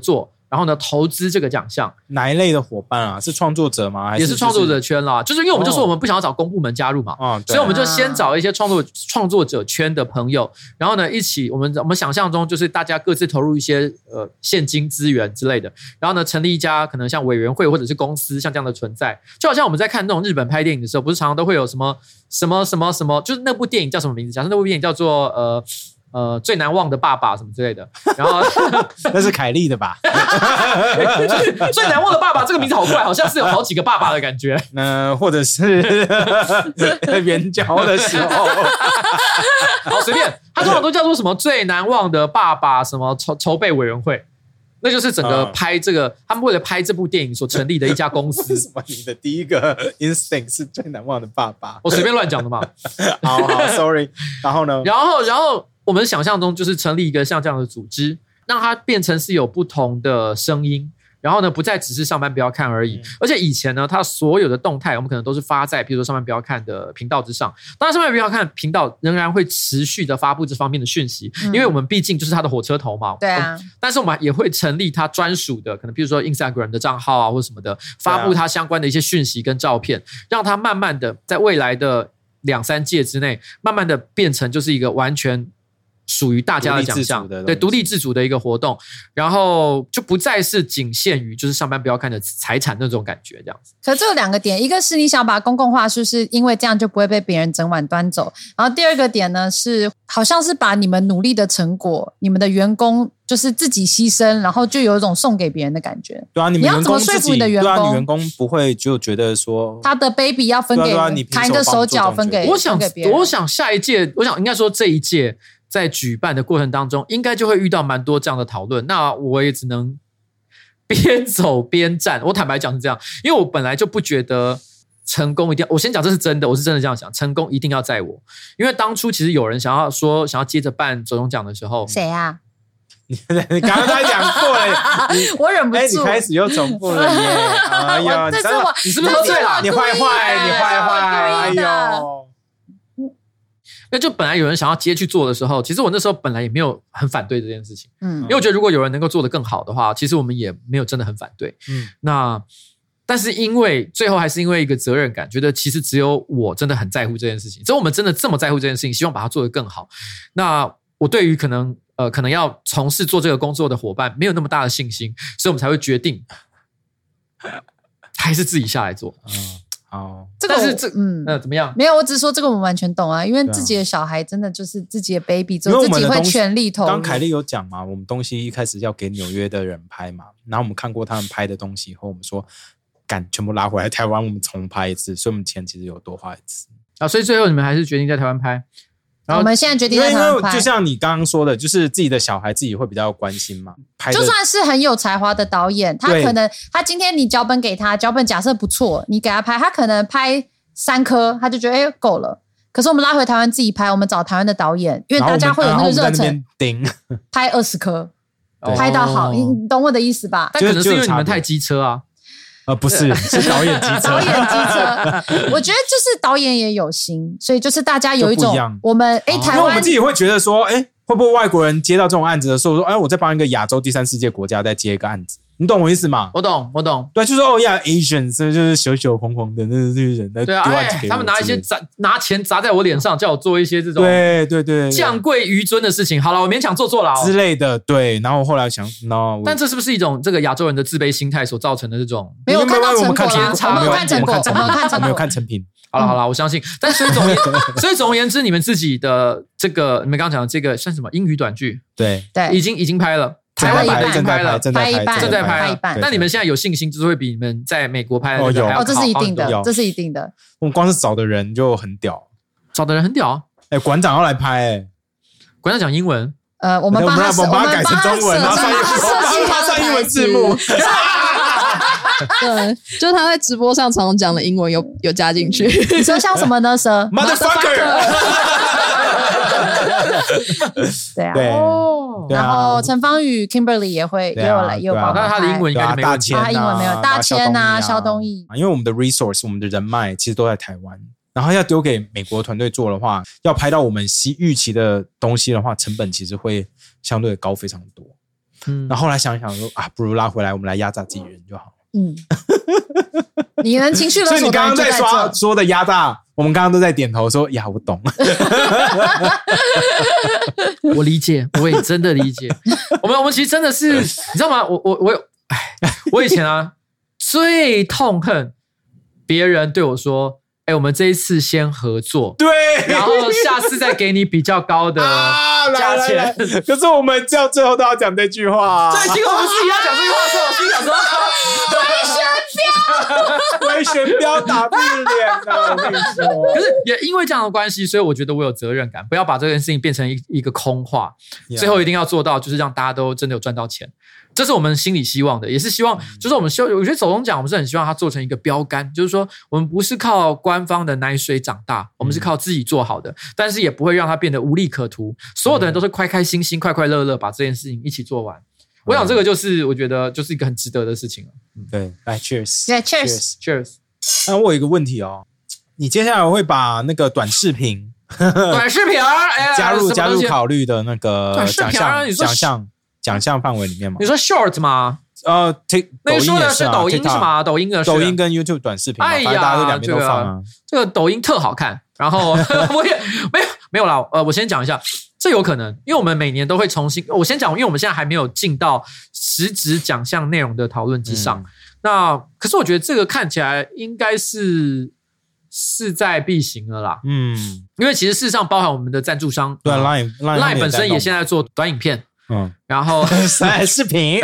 然后呢投资这个奖项。 哪一类的伙伴啊？是创作者吗？还是也是创作者圈啦，就是因为我们就说我们不想要找公部门加入嘛，所以我们就先找一些创作者圈的朋友，然后呢一起我们想象中就是大家各自投入一些现金资源之类的，然后呢成立一家可能像委员会或者是公司像这样的存在，就好像我们在看那种日本拍电影的时候，不是常常都会有什么，就是那部电影叫什么名字？假设那部电影叫做最难忘的爸爸什么之类的，然后那是凯莉的吧？ 最难忘的爸爸这个名字好怪，好像是有好几个爸爸的感觉。 或者是援交的时候， 好随便，他通常都叫做什么最难忘的爸爸什么筹备委员会。那就是整个拍这个，他们为了拍这部电影所成立的一家公司。 为什么你的第一个 instinct 是最难忘的爸爸？ 我随便乱讲的嘛。 好 ，sorry。然后呢？ 然后我们想象中就是成立一个像这样的组织，让它变成是有不同的声音。然后呢，不再只是上班不要看而已，而且以前呢，它所有的动态我们可能都是发在比如说上班不要看的频道之上。当然上班不要看频道仍然会持续的发布这方面的讯息，因为我们毕竟就是它的火车头嘛。 对啊。 但是我们也会成立它专属的，可能比如说 Instagram 的账号啊或什么的，发布它相关的一些讯息跟照片，让它慢慢的在未来的2-3届之内，慢慢的变成就是一个完全属于大家的奖项，对，独立自主的一个活动，然后就不再是仅限于就是上班不要看的财产那种感觉这样子。 可这有2个点，一个是你想把公共化，是不是因为这样就不会被别人整碗端走？然后第2个点呢是，好像是把你们努力的成果，你们的员工就是自己牺牲，然后就有一种送给别人的感觉。 对啊，你们员工自己， 你要怎么说服你的员工？ 对啊，你员工不会就觉得说他的 baby 要分给弹一个手脚分给别人。 我想下一届，我想应该说这一届。在举办的过程当中，应该就会遇到蛮多这样的讨论。那我也只能边走边站。我坦白讲是这样，因为我本来就不觉得成功一定要，我先讲这是真的，我是真的这样想，成功一定要在我。因为当初其实有人想要接着办走中奖的时候， 谁啊？ 你刚刚才讲过了， 我忍不住， 你开始又重复了耶！哎呦， 你是不是喝醉了？ 你坏坏，哎呦！ 那就本来有人想要接去做的时候，其实我那时候本来也没有很反对这件事情，因为我觉得如果有人能够做得更好的话，其实我们也没有真的很反对，但是因为最后还是因为一个责任感，觉得其实只有我真的很在乎这件事情，只有我们真的这么在乎这件事情，希望把它做得更好。那我对于可能要从事做这个工作的伙伴没有那么大的信心，所以我们才会决定还是自己下来做。 这个怎么样？ 没有，我只是说这个我们完全懂啊，因为自己的小孩真的就是自己的 baby， 之后自己会全力投入。 刚凯莉有讲嘛，我们东西一开始要给纽约的人拍嘛，然后我们看过他们拍的东西以后，我们说赶全部拉回来台湾，我们重拍一次，所以我们钱其实有多花一次啊。所以最后你们还是决定在台湾拍。 我们现在决定在台湾拍， 就像你刚刚说的，就是自己的小孩自己会比较关心嘛。 就算是很有才华的导演，他可能他今天你脚本给他，脚本假设不错，你给他拍，他可能拍3颗，他就觉得够了。可是我们拉回台湾自己拍，我们找台湾的导演，因为大家会有那个热忱，拍20颗，拍到好，你懂我的意思吧？ 但可能是因为你们太机车啊。 不是，是导演机车。 导演机车，我觉得就是导演也有心，所以就是大家有一种我们台湾， 因为我们自己会觉得说，会不会外国人接到这种案子的时候说，我在帮一个亚洲第3世界国家再接一个案子，你懂我意思吗？ 我懂。 对，就是Asians， 就是小小红红的那些人， 对啊，他们拿钱砸在我脸上，叫我做一些这种对降贵纡尊的事情。好了，我勉强做了之类的，对。然后我后来想，no， 但这是不是一种这个亚洲人的自卑心态所造成的这种？ 没有看到成果啦， 我没有看成果， 我没有看成品。 好了，我相信。但所以总而言之，你们自己的这个，你们刚刚讲的这个算什么英语短剧？ 对， 已经拍了。台湾已经拍了， 正在拍一半。 那你们现在有信心，就是会比你们在美国拍的这个还要好？ 这是一定的，这是一定的。 我们光是找的人就很屌，馆长要来拍， 馆长讲英文， 我们帮他改成中文，然后上英文字幕。 对，就是他在直播上常常讲的英文有加进去。 你说像什么呢 ？Motherfucker。 对啊，然后陈芳宇 Kimberly 也有报告， 那他的英文应该就没问题。 他英文没有，大千啊，肖东义， 因为我们的 resource， 我们的人脉其实都在台湾，然后要丢给美国团队做的话，要拍到我们预期的东西的话，成本其实会相对高非常多。 然后后来想一想说不如拉回来，我们来压榨自己人就好。 你能情绪勒索， 所以你刚刚在说的压榨，我们刚刚都在点头说呀，我懂。 我理解，我也真的理解。我们其实真的是，你知道吗？我以前啊最痛恨别人对我说。我们这一次先合作， 对， 然后下次再给你比较高的价钱。 来可是我们最后都要讲这句话。 对，结果我们自己要讲这句话的时候，我心想说： 回旋镖打不脸了，我跟你说。 可是也因为这样的关系，所以我觉得我有责任感，不要把这件事情变成一个空话。最后一定要做到，就是让大家都真的有赚到钱。这是我们心里希望的，也是希望，就是我觉得走中奖，我们是很希望它做成一个标杆，就是说我们不是靠官方的奶水长大，我们是靠自己做好的，但是也不会让它变得无利可图。所有的人都是开开心心、快快乐乐把这件事情一起做完。我想这个就是我觉得就是一个很值得的事情了。 对，来 ，Cheers， 对 ，Cheers。 那我有一个问题哦，你接下来会把那个短视频加入考虑的那个奖项范围里面吗？ 你说 short 吗？那说的是抖音是吗？抖音跟 YouTube 短视频，反正大家都两边都放啊。 这个抖音特好看，然后我也没有啦。我先讲一下，这有可能，因为我们每年都会重新。我先讲，因为我们现在还没有进到实质奖项内容的讨论之上。那可是我觉得这个看起来应该是势在必行了啦。因为其实事实上包含我们的赞助商， 对 Line 本身也现在做短影片。然后视频，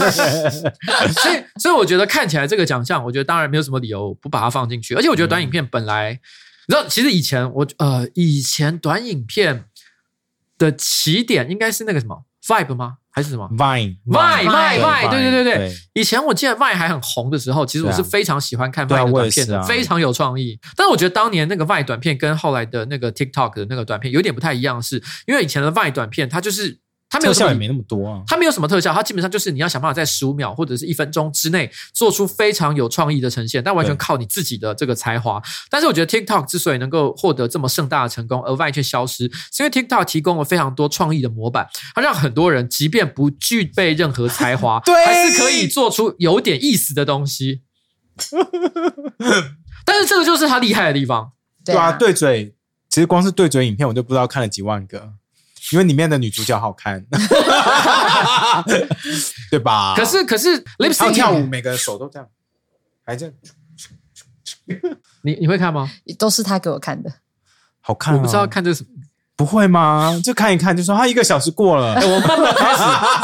所以我觉得看起来这个奖项，我觉得当然没有什么理由不把它放进去。而且我觉得短影片本来，你知道，其实以前短影片的起点应该是那个什么 Vibe 吗？还是什么 Vine， 对。以前我记得 Vine 还很红的时候，其实我是非常喜欢看 Vine 的短片的，非常有创意。但是我觉得当年那个 Vine 短片跟后来的那个 TikTok 的那个短片有点不太一样，是因为以前的 Vine 短片它就是它没有特效也没那么多啊， 它没有什么特效，它基本上就是你要想办法在15秒或者是1分钟之内做出非常有创意的呈现，但完全靠你自己的这个才华。但是我觉得 TikTok 之所以能够获得这么盛大的成功，而 Vine 却消失，是因为 TikTok 提供了非常多创意的模板，它让很多人即便不具备任何才华，还是可以做出有点意思的东西。但是这个就是它厉害的地方。 对啊，对嘴，其实光是对嘴影片我就不知道看了几万个。因为里面的女主角好看，对吧？ 可是 lip sync 跳舞，每个手都这样，还这样。 你会看吗？ 都是他给我看的， 好看、我不知道看这是什么。 不会吗？就看一看，就说他1个小时过了， 我慢慢开始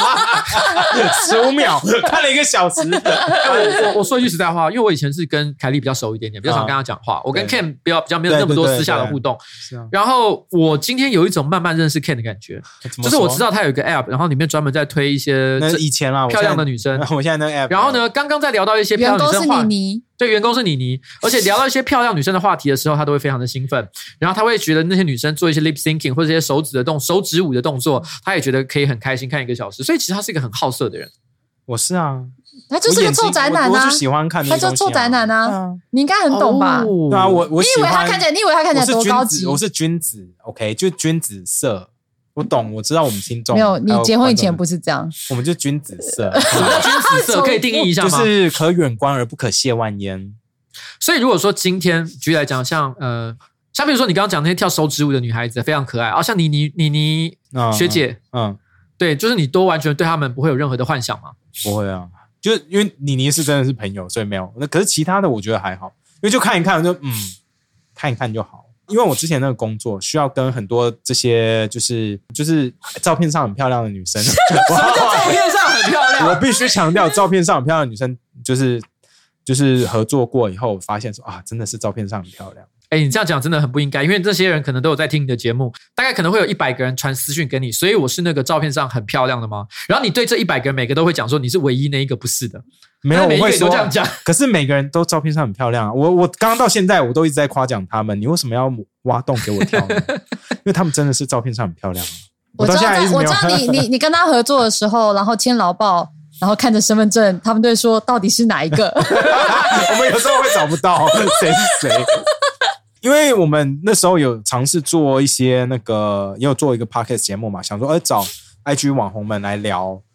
15秒看了1个小时。 我说一句实在话，因为我以前是跟凯莉比较熟一点点，比较常跟她讲话。我跟 Ken 比较没有那么多私下的互动。然后我今天有一种慢慢认识 Ken 的感觉，就是我知道他有一个 app， 然后里面专门在推一些以前啦漂亮的女生。 我现在那个 app， 然后呢，刚刚在聊到一些漂亮女生话，对，员工是妮妮，而且聊到一些漂亮女生的话题的时候，他都会非常的兴奋，然后他会觉得那些女生做一些 lip syncing 或者这些手指舞的动作，他也觉得可以很开心看1个小时，所以其实他是一个很好色的人。 我是啊， 他就是个臭宅男啊， 我就喜欢看那些东西啊， 他就臭宅男啊，你应该很懂吧？ 对啊，我你以为他看起来多高级？ 我是君子 ，OK， 就君子色。我懂，我知道我们听众没有，你结婚以前不是这样， 我们就君子色。 什么君子色可以定义一下吗？ 就是可远观而不可亵玩焉。 所以如果说今天举例来讲，像比如说你刚刚讲那些跳手指舞的女孩子非常可爱啊，像妮妮学姐，对，就是你都完全对她们不会有任何的幻想吗？ 不会啊，就是因为妮妮是真的是朋友，所以没有。那可是其他的我觉得还好，因为就看一看，就看一看就好。因为我之前那个工作需要跟很多这些就是照片上很漂亮的女生，什么叫照片上很漂亮？ 我必须强调，照片上很漂亮的女生就是合作过以后，发现说啊，真的是照片上很漂亮。 你这样讲真的很不应该，因为这些人可能都有在听你的节目，大概可能会有100个人传私讯给你，所以我是那个照片上很漂亮的吗？然后你对这100个人每个都会讲说你是唯一那一个不是的， 没有， 每一个我会说都这样讲。 可是每个人都照片上很漂亮啊，我刚刚到现在我都一直在夸奖他们，你为什么要挖洞给我跳呢？因为他们真的是照片上很漂亮啊。 我知道你跟他合作的时候，然后签劳报，然后看着身份证，他们都会说到底是哪一个？ 我们有时候会找不到谁是谁。因为我们那时候有尝试做一些也有做一个 podcast 节目嘛，想说找 IG 网红们来聊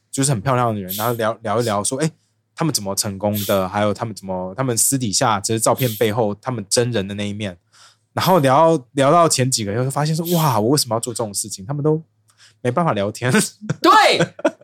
就是很漂亮的人，然后聊一聊说，他们怎么成功的，还有他们私底下这些照片背后他们真人的那一面，然后聊到前几个月，就发现说，哇，我为什么要做这种事情？他们都没办法聊天。 对。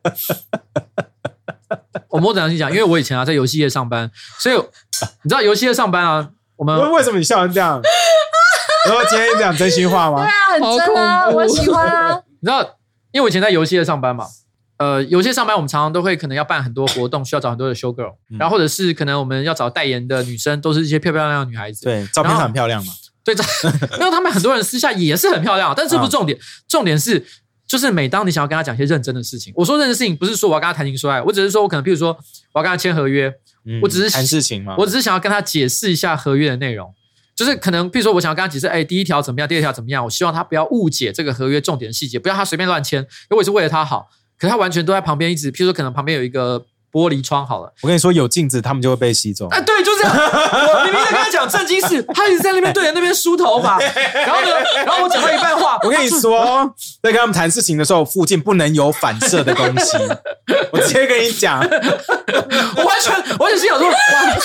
我摸着良心讲，因为我以前在游戏业上班，所以你知道游戏业上班啊，我们为什么你笑成这样？然后今天讲真心话吗？ 对啊，很真啊，我喜欢啊。 你知道，因为我以前在游戏业上班嘛，游戏上班我们常常都会可能要办很多活动，需要找很多的 show girl，然后或者是可能我们要找代言的女生，都是一些漂漂亮亮的女孩子。 对，照片上很漂亮嘛。 对，因为他们很多人私下也是很漂亮，但这不是重点，重点是。就是每当你想要跟他讲一些认真的事情，我说认真的事情不是说我要跟他谈情说爱，我只是说我可能譬如说我要跟他签合约，我只是谈事情嘛， 我只是想要跟他解释一下合约的内容，就是可能譬如说我想要跟他解释，第一条怎么样，第二条怎么样，我希望他不要误解这个合约重点的细节，不要他随便乱签，因为我也是为了他好，可是他完全都在旁边一直，譬如说可能旁边有一个玻璃窗好了， 我跟你说有镜子他们就会被吸走。 对，就这样。我明明在跟他讲正经事，他一直在那边对着那边梳头发，然后我讲到一半话， 我跟你说，在跟他们谈事情的时候，附近不能有反射的东西。我直接跟你讲， 我完全是想说，哇，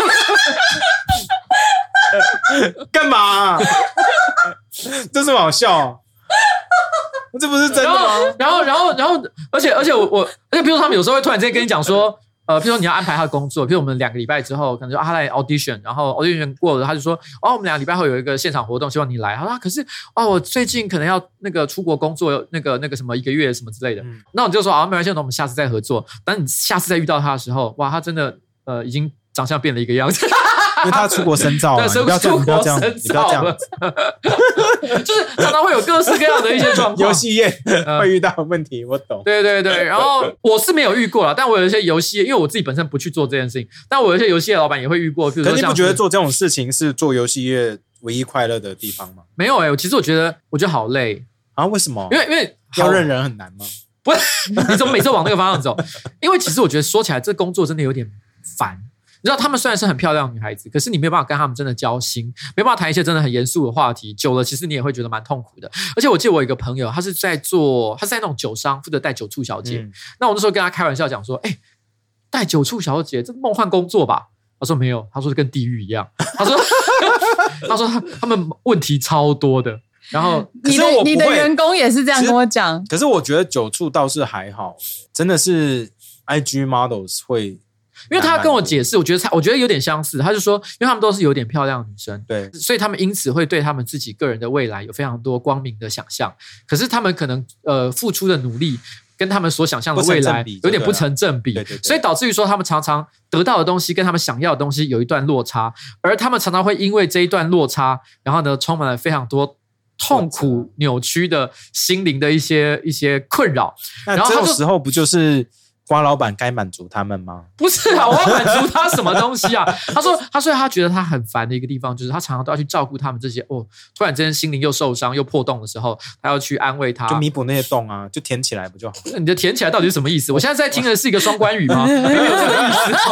干嘛、这是好笑。这不是真的吗？ 然后，而且比如说他们有时候会突然之间跟你讲说，比如说你要安排他的工作，比如我们2个礼拜之后，可能就他来 audition， 然后 audition 过了，他就说，我们2个礼拜后有一个现场活动，希望你来。他说，可是我最近可能要那个出国工作，那个什么1个月什么之类的。那我就说，没关系，那我们下次再合作。等你下次再遇到他的时候，哇，他真的已经长相变了一个样子。 因为他出国深造、啊， 对， 你不要这样， 就是常常会有各式各样的一些状况。 游戏业会遇到的问题，我懂。 对，然后我是没有遇过啦，但我有一些游戏业，因为我自己本身不去做这件事情，但我有一些游戏业老板也会遇过。比如说， 可是你不觉得做这种事情是做游戏业唯一快乐的地方吗？ 没有其实我觉得好累啊，为什么？ 因为要认人很难吗？ 不是，你怎么每次往那个方向走？因为其实我觉得说起来，这工作真的有点烦。你知道，他们虽然是很漂亮的女孩子，可是你没有办法跟他们真的交心，没办法谈一些真的很严肃的话题。久了，其实你也会觉得蛮痛苦的。而且我记得我有一个朋友，他是在那种酒商，负责带酒促小姐。那我那时候跟他开玩笑讲说：“带酒促小姐，这梦幻工作吧？”他说没有，他说跟地狱一样。他说他们问题超多的。然后你的员工也是这样跟我讲。 可是我觉得酒促倒是还好，真的是 IG models 会。 因为他跟我解释，我觉得有点相似。他就说，因为他们都是有点漂亮的女生， 对， 所以他们因此会对他们自己个人的未来有非常多光明的想象。可是他们可能付出的努力跟他们所想象的未来有点不成正比， 对， 所以导致于说他们常常得到的东西跟他们想要的东西有一段落差，而他们常常会因为这一段落差，然后呢充满了非常多痛苦扭曲的心灵的一些困扰。 那这种时候不就是瓜老板该满足他们吗？ 不是啊，我要满足他什么东西啊？所以他觉得他很烦的一个地方，就是他常常都要去照顾他们这些突然之间心灵又受伤又破洞的时候，他要去安慰他， 就弥补那些洞啊，就填起来不就好？ 你的填起来到底是什么意思？我现在在听的是一个双关语吗？没有这个意思。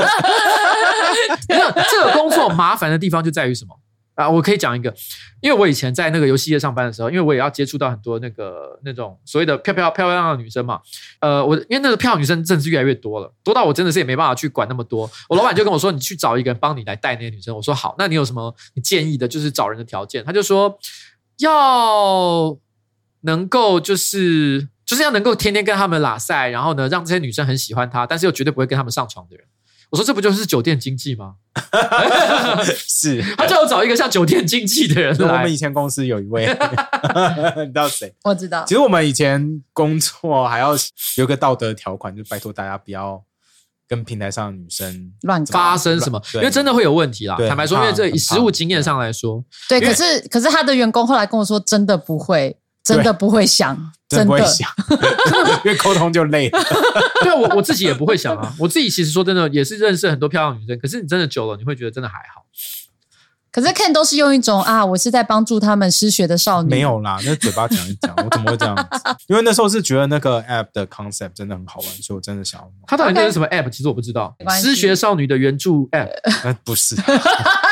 这个工作麻烦的地方就在于什么？我可以讲一个，因为我以前在那个游戏业上班的时候，因为我也要接触到很多那种所谓的漂亮的女生嘛，因为那个漂亮女生真的是越来越多了，多到我真的是也没办法去管那么多。我老板就跟我说，你去找一个人帮你来带那些女生。我说好，那你有什么你建议的，就是找人的条件？他就说要能够就是要能够天天跟他们拉塞，然后呢让这些女生很喜欢他，但是又绝对不会跟他们上床的人。我说这不就是酒店经济吗？ 是， 他叫我找一个像酒店经济的人来。 我们以前公司有一位，你知道谁？ 我知道。 其实我们以前工作还要有一个道德条款，就拜托大家不要跟平台上的女生乱发生什么，因为真的会有问题啦。坦白说，因为这以实务经验上来说， 对，可是他的员工后来跟我说，真的不会想。 真的不会想，因为沟通就累了。 对，我自己也不会想啊。我自己其实说真的，也是认识很多漂亮女生，可是你真的久了，你会觉得真的还好。 可是 Ken 都是用一种我是在帮助他们失学的少女。 没有啦，那嘴巴讲一讲，我怎么会这样子？因为那时候是觉得那个 app 的 concept 真的很好玩，所以我真的想要。 它到底是什么 app？ 其实我不知道。失学少女的援助 app？ 不是。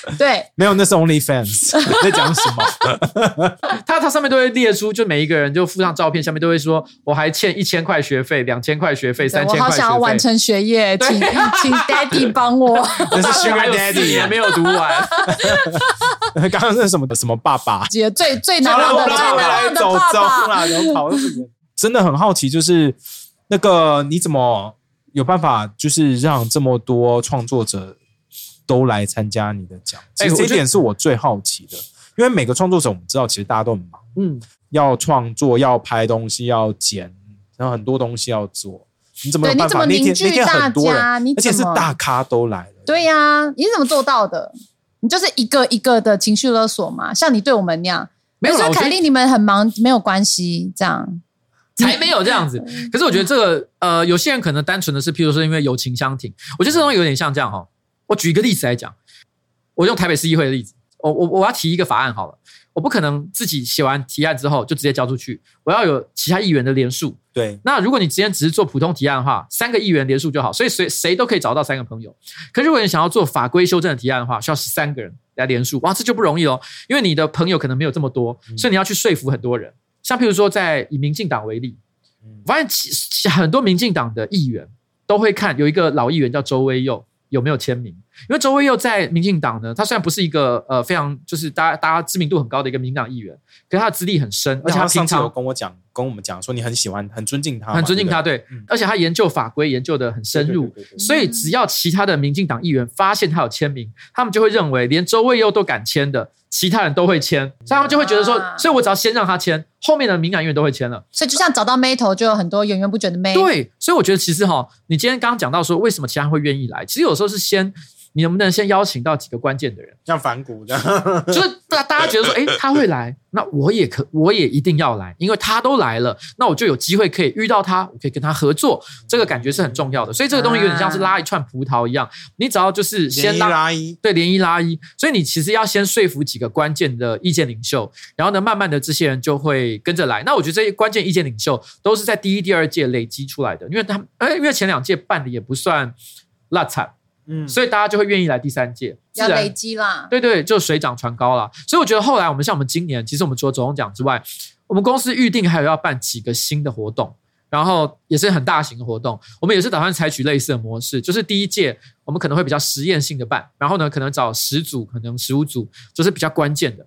对， 没有，那是 OnlyFans 在讲什么？ 他上面都会列出，就每一个人就附上照片，下面都会说我还欠1000块学费、2000块学费、3000块学费。 我好想要完成学业，请 Daddy 帮我。 那是 Sugar 4 Daddy 年没有读完。 刚刚是什么爸爸？ 最难忘的我们回来走啦，然后跑到这边。真的很好奇，就是那个你怎么有办法，就是让这么多创作者都来参加你的奖？其实这一点是我最好奇的，因为每个创作者我们知道，其实大家都很忙，要创作、要拍东西、要剪，然后很多东西要做。你怎么有办法？那天很多人，而且是大咖都来了。 对呀，你是怎么做到的？你就是一个一个的情绪勒索嘛，像你对我们那样。没有说凯莉你们很忙没有关系，这样才没有这样子。可是我觉得这个有些人可能单纯的是，譬如说因为友情相挺，我觉得这东西有点像这样哈。我举一个例子来讲，我用台北市议会的例子，我要提一个法案好了，我不可能自己写完提案之后就直接交出去，我要有其他议员的联署。 对， 那如果你今天只是做普通提案的话，3个议员联署就好，所以谁都可以找到3个朋友。可是如果你想要做法规修正的提案的话，需要13个人来联署，哇，这就不容易哦，因为你的朋友可能没有这么多，所以你要去说服很多人。像譬如说，以民进党为例，我发现很多民进党的议员都会看有一个老议员叫周威佑有没有签名，因为周威佑在民进党呢，他虽然不是一个非常就是大家知名度很高的一个民进党议员，可是他的资历很深，而且他平常有跟我们讲说你很喜欢、很尊敬他， 很尊敬他，对，而且他研究法规研究的很深入，所以只要其他的民进党议员发现他有签名，他们就会认为连周威佑都敢签的，其他人都会签，所以他们就会觉得说，所以我只要先让他签，后面的民党议员都会签了。 所以就像找到妹头，就有很多源源不绝的妹。 对，所以我觉得其实你今天刚刚讲到说为什么其他人会愿意来，其实有时候是你能不能先邀请到几个关键的人， 像反骨这样， 就是大家觉得说，他会来，那我也一定要来，因为他都来了，那我就有机会可以遇到他，我可以跟他合作，这个感觉是很重要的。所以这个东西有点像是拉一串葡萄一样，你只要就是先拉一， 对，联谊拉一，所以你其实要先说服几个关键的意见领袖，然后呢，慢慢的这些人就会跟着来。那我觉得这些关键意见领袖都是在第1、第2届累积出来的，因为前2届办的也不算落惨。所以大家就会愿意来第3届， 要累积啦。 对，就水涨船高啦。所以我觉得后来像我们今年，其实我们除了走红奖之外，我们公司预定还有要办几个新的活动，然后也是很大型的活动。我们也是打算采取类似的模式，就是第1届我们可能会比较实验性的办，然后呢，可能找10组，可能15组，就是比较关键的。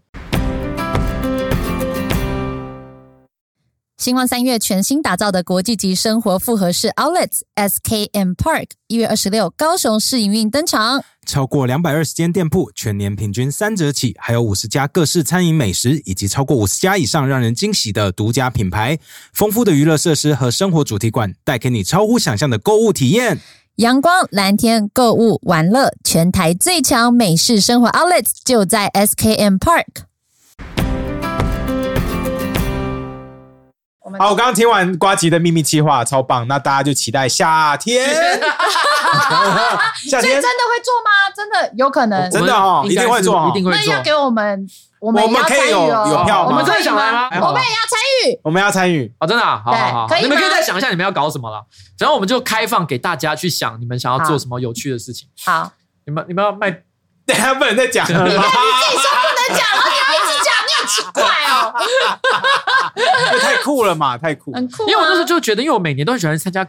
新光3月全新打造的国际级生活复合式 Outlets SKM Park 1月26高雄市营运登场， 超过220间店铺，全年平均3折起，还有50家各式餐饮美食，以及超过50家以上让人惊喜的独家品牌，丰富的娱乐设施和生活主题馆，带给你超乎想象的购物体验。 阳光蓝天购物玩乐，全台最强美式生活 Outlets 就在 SKM Park。 好，我刚刚听完呱吉的秘密企划，超棒，那大家就期待夏天。夏天所以真的会做吗？真的有可能， 真的一定会做， 一定会做。 那要给我们也要参与有票吗？ 我们真的想来吗？ 我们也要参与， 我们要参与。 真的好， 可以吗？ 你们可以再想一下你们要搞什么了，然后我们就开放给大家去想你们想要做什么有趣的事情。 好， 你们要卖， 等一下不能再讲了。 你看你自己说不能讲，然后你要一直讲，你很奇怪哦。 太酷了嘛，太酷， 很酷。 因为我那时候就觉得，因为我每年都很喜欢参加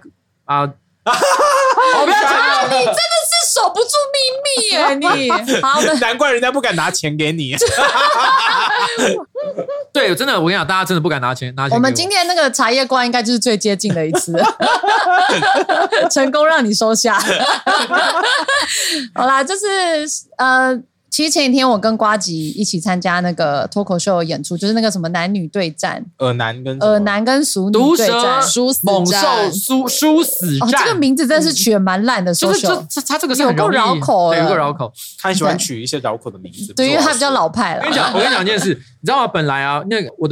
我不要讲， 你真的是守不住秘密耶，你。好的， 难怪人家不敢拿钱给你。 对，真的，我跟你讲，大家真的不敢拿钱给我。 我们今天那个茶叶罐应该就是最接近的一次，成功让你收下。好啦，就是其实前几天我跟呱吉一起参加那个脱口秀演出，就是那个什么男女对战， 耳男跟熟女毒对战， 蛇猛兽殊死战。 这个名字真的是取得蛮烂的， 就是他这个是很容易有够绕口， 有够绕口。 他喜欢取一些绕口的名字， 对，因为他比较老派了。 我跟你讲一件事，你知道吗？本来那个我的本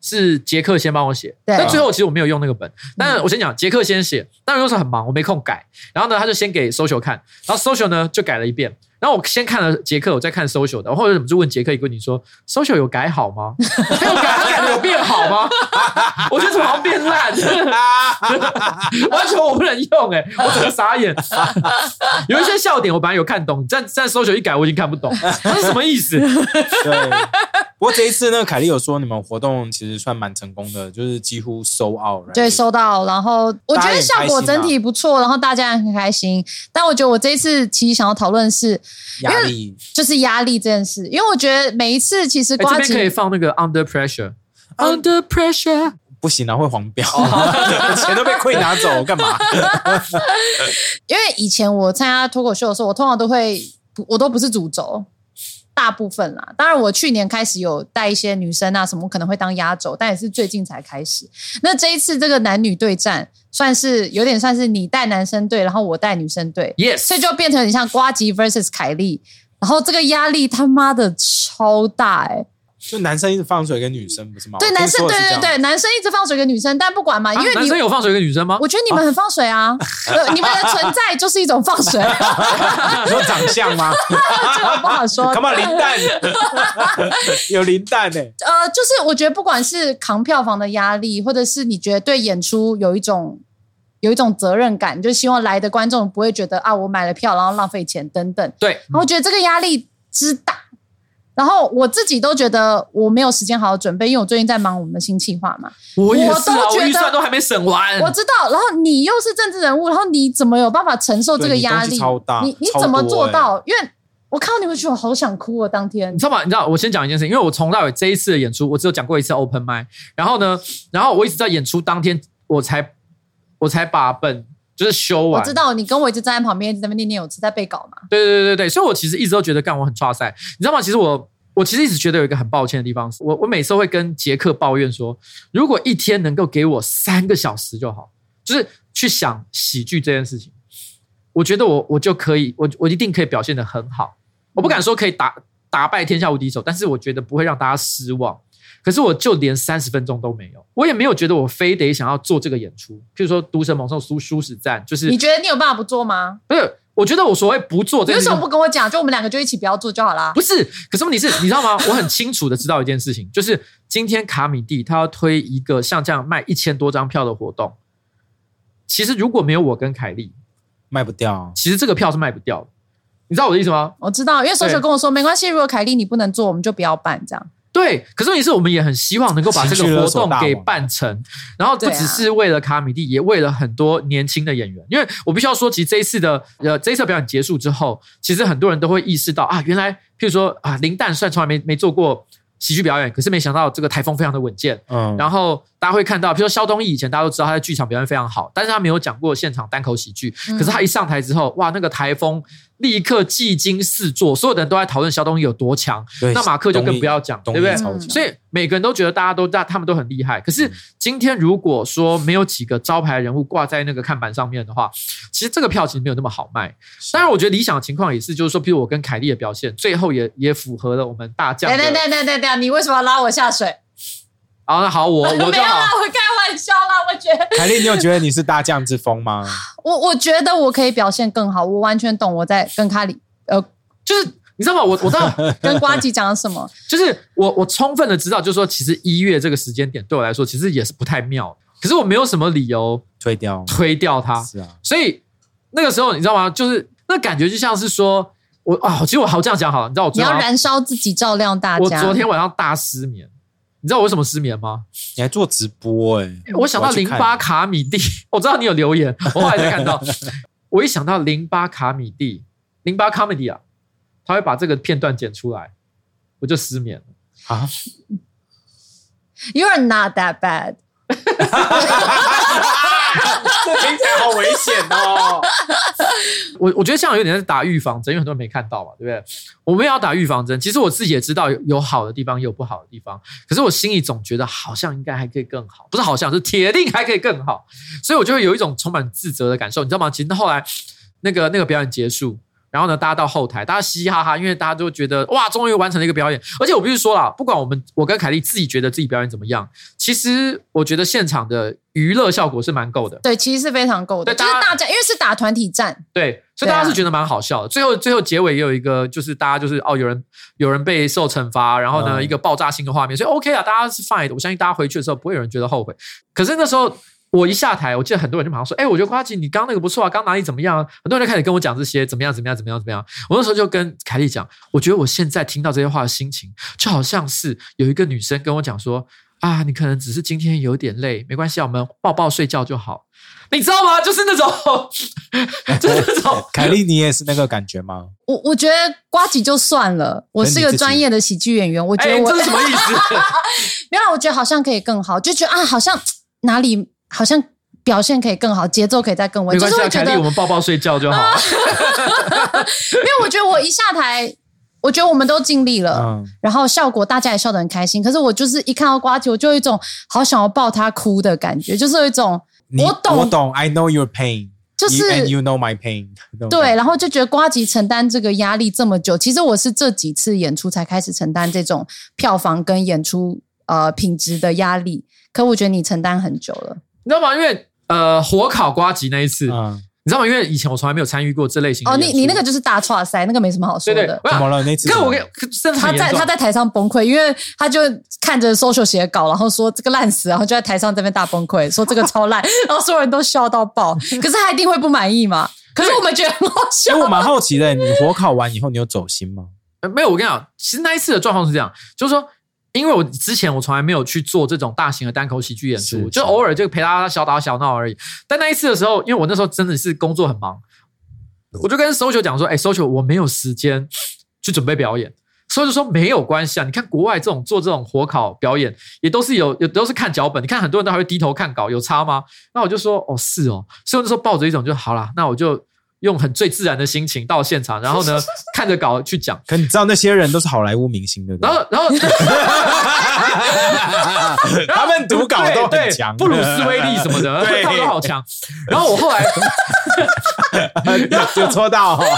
是杰克先帮我写， 对但最后其实我没有用那个本。但是我先讲，杰克先写，但那时候很忙，我没空改。然后呢，他就先给 social 看，然后 social 呢就改了一遍。然后我先看了杰克，我再看 social 的，或者就问杰克一个问题说 social 有改好吗？没有改，他改的有变好吗？我觉得怎么好像变烂，完全我不能用我整个傻眼。有一些笑点我本来有看懂，但 social 一改我已经看不懂，这是什么意思？ 对。不过这一次那个凯莉有说你们活动其实算蛮成功的，就是几乎sold out， 对，收到。然后我觉得效果整体不错，然后大家也很开心。但我觉得我这一次其实想要讨论的是压力， 就是压力这件事，因为我觉得每一次其实这边可以放那个 Under Pressure。Under Pressure 不行啊，会黄标，钱都被Queen拿走，干嘛？ 因为以前我参加脱口秀的时候，我通常我都不是主轴，大部分啦。当然，我去年开始有带一些女生啊什么，我可能会当压轴，但也是最近才开始。那这一次这个男女对战，有点算是你带男生队，然后我带女生队 ，Yes， 所以就变成很像呱吉 versus 凯莉，然后这个压力他妈的超大就男生一直放水给女生不是吗？ 对，男生对，男生一直放水给女生，但不管嘛，因为男生有放水给女生吗？ 我觉得你们很放水啊，你们的存在就是一种放水。 你说长相吗？ 这个不好说。 干嘛淋蛋？有淋蛋就是我觉得不管是扛票房的压力，或者是你觉得对演出有一种责任感，就希望来的观众不会觉得啊我买了票然后浪费钱等等。 对， 然后我觉得这个压力之大。然后我自己都觉得我没有时间好好准备，因为我最近在忙我们的新企划嘛。 我也是啊，我预算都还没审完。 我知道，然后你又是政治人物，然后你怎么有办法承受这个压力？ 超大， 你怎么做到？因为我看到你会觉得我好想哭啊！当天你知道吗？你知道我先讲一件事情，因为我从到尾这一次的演出，我只有讲过一次 open mic， 然后我一直在演出当天我才把本就是修完。 我知道你跟我一直站在旁边，一直在那边念有词在背稿嘛。 对，所以我其实一直都觉得干我很挫赛，你知道吗？其实我其实一直觉得有一个很抱歉的地方是，我每次会跟杰克抱怨说，如果一天能够给我3个小时就好，就是去想喜剧这件事情，我觉得我就可以，我一定可以表现得很好。我不敢说可以打败天下无敌手，但是我觉得不会让大家失望。可是我就连30分钟都没有，我也没有觉得我非得想要做这个演出。譬如说《毒神猛兽殊死战》，就是你觉得你有办法不做吗？ 不是，我觉得我所谓不做这件事情， 你为什么不跟我讲？就我们2个就一起不要做就好啦。 不是，可是问题是，你知道吗？我很清楚的知道一件事情，就是今天卡米蒂他要推一个像这样卖1000多张票的活动，其实如果没有我跟凯莉， 卖不掉。 其实这个票是卖不掉的。你知道我的意思吗？ 我知道，因为social跟我说没关系，如果凯莉你不能做，我们就不要办这样。 对，可是问题是我们也很希望能够把这个活动给办成，然后不只是为了卡米蒂，也为了很多年轻的演员。因为我必须要说，其实这一次表演结束之后，其实很多人都会意识到啊，原来譬如说啊，林蛋虽然从来没做过喜剧表演，可是没想到这个台风非常的稳健。然后大家会看到，比如说萧东义以前大家都知道他在剧场表现非常好，但是他没有讲过现场单口喜剧。可是他一上台之后，哇，那个台风立刻技惊四座，所有的人都在讨论萧东义有多强。那马克就更不要讲，对不对？所以每个人都觉得他们都很厉害。可是今天如果说没有几个招牌人物挂在那个看板上面的话，其实这个票其实没有那么好卖。当然，我觉得理想的情况也是，就是说，譬如我跟凯莉的表现，最后也符合了我们大将的。 对，你为什么要拉我下水？ 好，那好，我就好。 没有啦，我开玩笑啦。我觉得凯莉，你有觉得你是大将之风吗？ 我觉得我可以表现更好，我完全懂我在跟卡莉就是你知道吗？我知道跟呱吉讲什么， 就是我充分的知道，就是说，其实1月这个时间点对我来说，其实也是不太妙。可是我没有什么理由推掉它。是啊，所以那个时候你知道吗？就是那感觉就像是说其实我好这样讲好了，你知道你要燃烧自己照亮大家。 我昨天晚上大失眠。你知道我为什么失眠吗？ 你还做直播我想到08卡米蒂，我知道你有留言，我后来才看到。我一想到08卡米蒂，08卡米蒂啊，他会把这个片段剪出来，我就失眠了啊。 You're not that bad 。 这听起来好危险哦！ 我觉得这样有点在打预防针，因为很多人没看到嘛，对不对？我们也要打预防针。其实我自己也知道有好的地方，也有不好的地方。可是我心里总觉得好像应该还可以更好，不是好像，是铁定还可以更好。所以我就会有一种充满自责的感受，你知道吗？其实后来那个表演结束， 然后呢，大家到后台，大家嘻嘻哈哈，因为大家都觉得哇，终于完成了一个表演。而且我必须说啦，不管我跟凯莉自己觉得自己表演怎么样，其实我觉得现场的娱乐效果是蛮够的。 对，其实是非常够的。就是大家因为是打团体战， 对，所以大家是觉得蛮好笑的。最后结尾也有一个，就是大家就是有人被受惩罚，然后呢一个爆炸性的画面，所以 OK 啊，大家是 fine 的。我相信大家回去的时候不会有人觉得后悔。可是那时候我一下台，我记得很多人就马上说：“我觉得呱吉你刚刚那个不错啊，刚哪里怎么样啊？”很多人就开始跟我讲这些怎么样。我那时候就跟凯莉讲，我觉得我现在听到这些话的心情，就好像是有一个女生跟我讲说：“啊，你可能只是今天有点累，没关系啊，我们抱抱睡觉就好。”你知道吗？就是那种，就是那种。 凯莉，你也是那个感觉吗？ 我觉得呱吉就算了，我是个专业的喜剧演员，我觉得这是什么意思？ 原来我觉得好像可以更好，就觉得啊，好像哪里好像表现可以更好，节奏可以再更稳。 没关系啊，凯莉，我们抱抱睡觉就好。 因为我觉得我一下台，我觉得我们都尽力了，然后效果大家也笑得很开心。可是我就是一看到呱吉，我就有一种好想要抱他哭的感觉，就是有一种我懂 ，I know your pain， 就是 and you know my pain。 对，然后就觉得呱吉承担这个压力这么久，其实我是这几次演出才开始承担这种票房跟演出品质的压力。可我觉得你承担很久了， 你知道吗？因为火烤呱吉那一次，你知道吗？因为以前我从来没有参与过这类型的演出。 你那个就是大剉赛，那个没什么好说的。 对， 怎么了那次？ 跟我真的很严重。 他在台上崩溃，因为他就看着 social 写稿，然后说这个烂死，然后就在台上这边大崩溃，说这个超烂，然后所有人都笑到爆。可是他一定会不满意嘛？可是我们觉得很好笑。 我蛮好奇的，你火烤完以后，你有走心吗？ 没有，我跟你讲，其实那一次的状况是这样，就是说。因为我之前从来没有去做这种大型的单口喜剧演出，就偶尔就陪大家小打小闹而已。但那一次的时候，因为我那时候真的是工作很忙，我就跟 Social 讲说：“Social 我没有时间去准备表演。” Social 说没有关系啊，你看国外做这种火烤表演，也都是都是看脚本。你看很多人都还会低头看稿，有差吗？那我就说：“哦，是哦。”所以我那时候抱着一种就好啦，那我就用很最自然的心情到现场，然后呢看着稿去讲。 可你知道那些人都是好莱坞明星的， 然后他们读稿都很强， 布鲁斯威利什么的，他们都好强。然后我后来有戳到 ，Social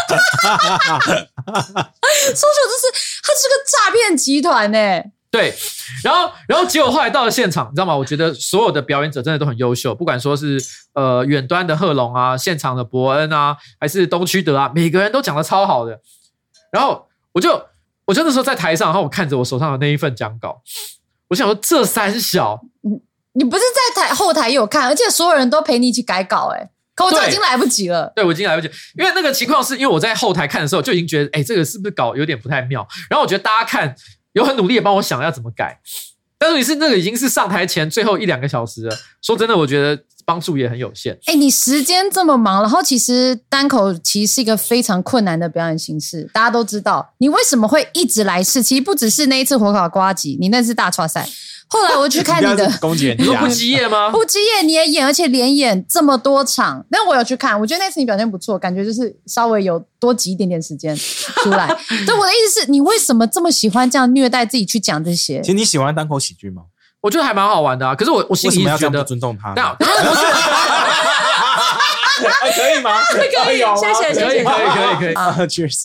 就是他是个诈骗集团欸。 对，然后结果后来到了现场，你知道吗？我觉得所有的表演者真的都很优秀，不管说是远端的贺龙啊，现场的伯恩啊，还是东区德啊，每个人都讲得超好的。然后我就那时候在台上，然后我看着我手上的那一份讲稿，我想说这三小， 你不是在后台有看，而且所有人都陪你一起改稿可我已经来不及了。 对，我已经来不及，因为那个情况是因为我在后台看的时候就已经觉得，这个是不是稿有点不太妙？然后我觉得大家看。有很努力的帮我想要怎么改，但是你是那个已经是上台前最后1-2个小时了。说真的，我觉得帮助也很有限。 你时间这么忙，然后其实单口其实是一个非常困难的表演形式，大家都知道。你为什么会一直来试？其实不只是那一次火烤呱吉，你那次大剉赛。后来我去看你的你说不羁夜吗？ 不羁夜你也演，而且连演这么多场。但我有去看，我觉得那次你表现不错，感觉就是稍微有多挤一点点时间出来。对，我的意思是你为什么这么喜欢这样虐待自己去讲这些？ 其实你喜欢单口喜剧吗？ 我觉得还蛮好玩的啊。可是我心里觉得不尊重他。 可以吗？ 可以，谢谢， 可以。 Cheers。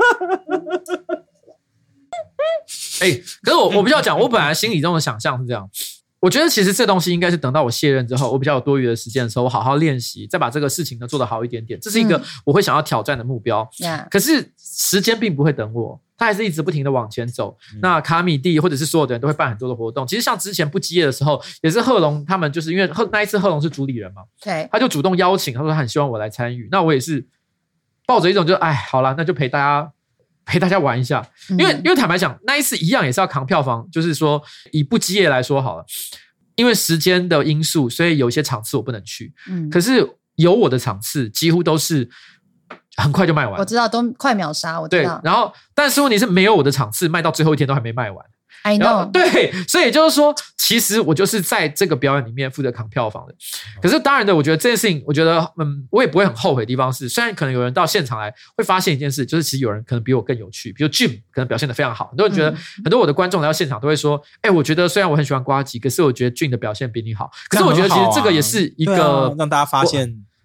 可是我比较讲，我本来心里中的想象是这样。我觉得其实这东西应该是等到我卸任之后，我比较有多余的时间的时候，我好好练习，再把这个事情呢做得好一点点。这是一个我会想要挑战的目标。可是时间并不会等我，它还是一直不停的往前走。那卡米蒂或者是所有的人都会办很多的活动。其实像之前不羁夜的时候，也是贺龙他们就是因为那一次贺龙是主理人嘛，对，他就主动邀请，他说他很希望我来参与。那我也是抱着一种就好啦，那就陪大家玩一下，因为坦白讲，那一次一样也是要扛票房，就是说以不羁夜来说好了，因为时间的因素，所以有些场次我不能去。可是有我的场次几乎都是很快就卖完， 我知道都快秒杀，我知道。 对，然后但是问题是没有我的场次，卖到最后一天都还没卖完。 I know。 对，所以就是说，其实我就是在这个表演里面负责扛票房的。可是当然的，我觉得这件事情，我觉得我也不会很后悔的地方是，虽然可能有人到现场来会发现一件事，就是其实有人可能比我更有趣，比如 Jim 可能表现得非常好。很多人觉得，很多我的观众来到现场都会说，我觉得虽然我很喜欢呱吉，可是我觉得 Jim 的表现比你好。可是我觉得其实这个也是一个让大家发现。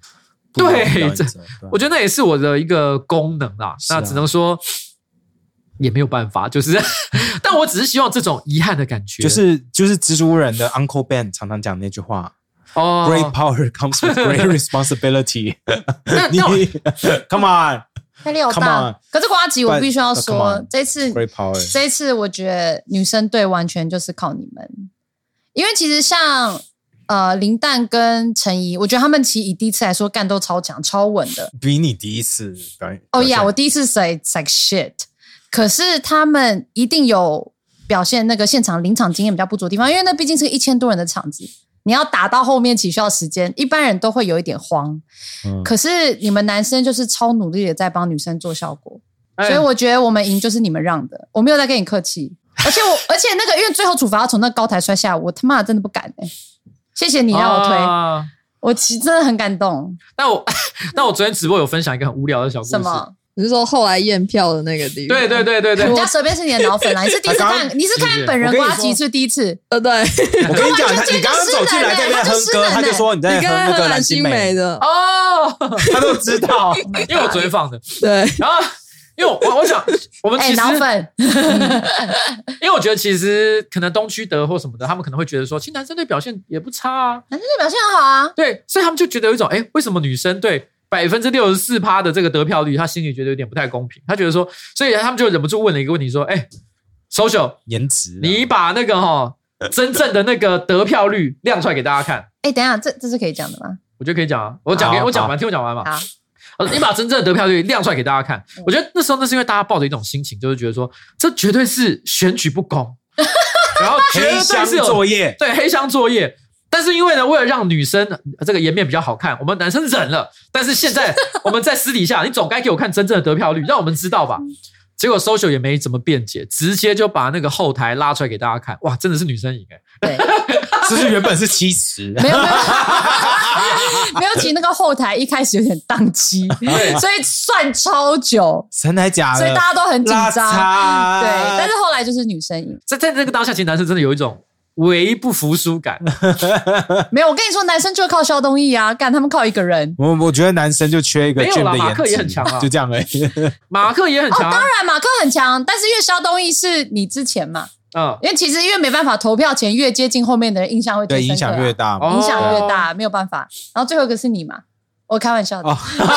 对，我觉得那也是我的一个功能啦。那只能说也没有办法，就是但我只是希望这种遗憾的感觉， 就是蜘蛛人的 Uncle Ben 常常讲那句话。Great power comes with great responsibility 你 Come on 压力好大。可是呱吉我必须要说，这一次我觉得女生队完全就是靠你们，因为其实像林蛋跟陈怡，我觉得他们其实以第一次来说干都超强超稳的， 比你第一次我第一次 say like shit， 可是他们一定有表现那个现场临场经验比较不足的地方，因为那毕竟是1000多人的场子，你要打到后面起需要时间，一般人都会有一点慌。可是你们男生就是超努力的在帮女生做效果，所以我觉得我们赢就是你们让的，我没有在跟你客气。而且那个因为最后处罚要从那高台摔下，我他妈真的不敢谢谢你让我推，我其实真的很感动。 但我昨天直播有分享一个很无聊的小故事。 什么？ 你是说后来验票的那个地方？ 对， 人家随便是你的脑粉啦，你是第一次看，你是看本人呱吉是第一次。 对， 我跟你讲，你刚刚走进来在那边哼歌，他就说你在哼那个蓝心湄的他都知道， 因为我昨天放的。 对， 然后因为我想我们其实脑粉， 因为我觉得其实可能东区德或什么的，他们可能会觉得说，其实男生队表现也不差啊， 男生队表现很好啊， 对，所以他们就觉得有一种为什么女生队64%的这个得票率，他心里觉得有点不太公平。他觉得说，所以他们就忍不住问了一个问题说：“social 颜值， 你把那个真正的那个得票率亮出来给大家看。” 等一下，这是可以讲的吗？ 我觉得可以讲啊，我讲完，听我讲完嘛。你把真正的得票率亮出来给大家看。我觉得那时候那是因为大家抱着一种心情，就是觉得说，这绝对是选举不公，然后绝对是黑箱作业， 对黑箱作业。但是因为呢，为了让女生这个颜面比较好看，我们男生忍了。但是现在我们在私底下，你总该给我看真正的得票率，让我们知道吧。结果 social 也没怎么辩解，直接就把那个后台拉出来给大家看。哇，真的是女生赢对， 就是原本是70， 没有，其实那个后台一开始有点宕机，所以算超久， 真的假的？ 所以大家都很紧张。对，但是后来就是女生赢。 在那个当下，其实男生真的有一种唯不服输感。 没有，我跟你说，男生就靠肖东义啊，干他们靠一个人。 我觉得男生就缺一个 Jim 的颜值， 马克也很强啊， 就这样而已。 马克也很强， 当然马克很强，但是因为肖东义是你之前嘛，因为其实因为没办法，投票前越接近后面的人印象会最深刻， 对，影响越大， 影响越大，没有办法。然后最后一个是你嘛，我开玩笑的。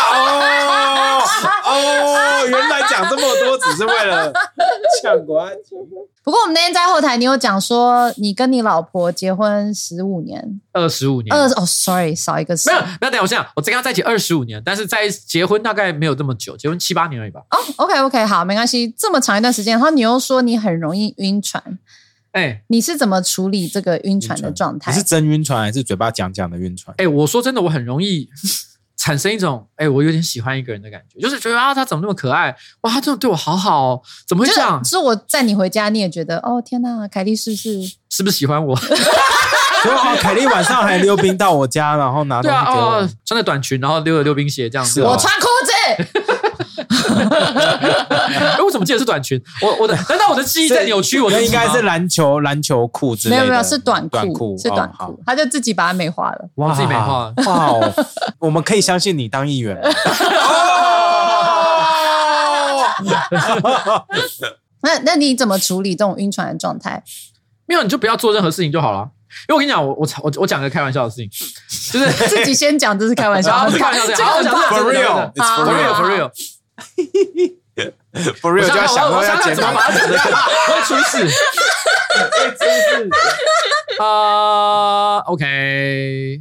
原来讲这么多只是为了抢国安。 不过我们那天在后台，你有讲说你跟你老婆结婚15年 ，25年 ，sorry， 少一个10。 没有，等一下，我跟他在一起25年，但是在结婚大概没有这么久，结婚7、8年而已吧。 OK， 好，没关系，这么长一段时间，然后你又说你很容易晕船，你是怎么处理这个晕船的状态？ 你是真晕船还是嘴巴讲的晕船？ 我说真的，我很容易产生一种我有点喜欢一个人的感觉，就是觉得他怎么那么可爱，哇，他真的对我好好哦，怎么会这样？ 就是我载你回家，你也觉得天哪，凯莉是不是喜欢我？ 凯莉晚上还溜冰到我家，然后拿东西给我， 穿着短裙，然后溜着溜冰鞋这样子。 我穿裤子。 我怎么记得是短裙？难道我的记忆在扭曲？我的应该是篮球裤之类的。 没有，是短裤，是短裤。他就自己把它美化了。 哇，自己美化了。 哇，我们可以相信你当议员吗？ 那你怎么处理这种晕船的状态？ 没有，你就不要做任何事情就好了。因为我跟你讲，我讲个开玩笑的事情，就是自己先讲，这是开玩笑， 开玩笑，好，我讲 for real， for real 就要想说要剪把它讲的会出事。真是OK。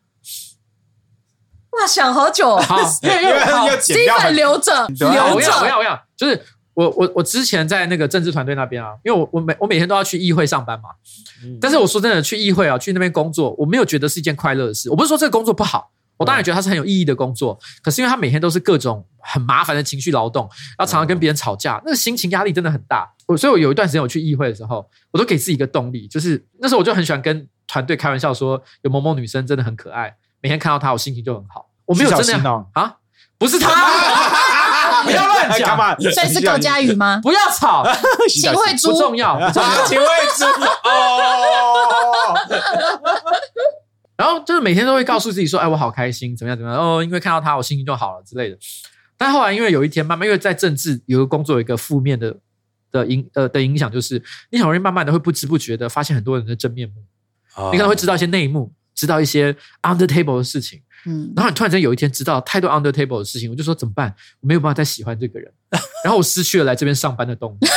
哇，想好久， 好，因为要剪掉， 基本留着。 我要，就是我之前在那个政治团队那边啊，因为我每天都要去议会上班嘛。但是我说真的，去议会啊，去那边工作，我没有觉得是一件快乐的事。我不是说这个工作不好，我当然觉得它是很有意义的工作。可是因为它每天都是各种很麻烦的情绪劳动，然后常常跟别人吵架，那个心情压力真的很大。所以我有一段时间我去议会的时候，我都给自己一个动力，就是那时候我就很喜欢跟团队开玩笑说，有某某女生真的很可爱，每天看到她我心情就很好。我没有真的啊，不是她。不要乱讲， 所以是高嘉瑜吗？ 不要吵， 秦慧珠不重要，秦慧珠然后就是每天都会告诉自己说，哎，我好开心，怎么样怎么样，哦，因为看到他，我心情就好了之类的。但后来因为有一天慢慢，因为在政治有个工作有一个负面的影响，就是你很容易慢慢的会不知不觉的发现很多人的真面目，你可能会知道一些内幕，知道一些 under table 的事情。然后你突然间有一天知道太多 under table 的事情，我就说怎么办？我没有办法再喜欢这个人，然后我失去了来这边上班的动力。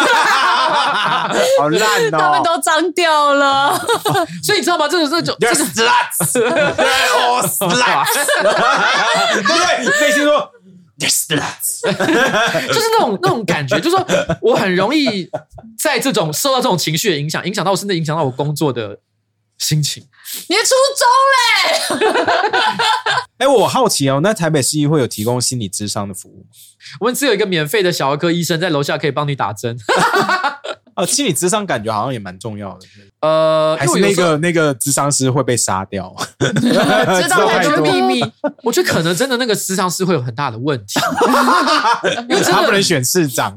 好烂哦！ 他们都脏掉了。 所以你知道吗？这种 You're sluts, you're all sluts。对，内心说 You're sluts， 就是那种感觉，就是说我很容易在这种受到这种情绪的影响到我，甚至影响到我工作的心情。 你的初中嘞？ 我好奇哦，那台北市议会有提供心理咨商的服务吗？ 我们只有一个免费的小儿科医生在楼下可以帮你打针。 心理咨商感觉好像也蛮重要的。还是那个咨商师会被杀掉？ 知道太多秘密。我觉得可能真的那个咨商师会有很大的问题， 因为他不能选市长。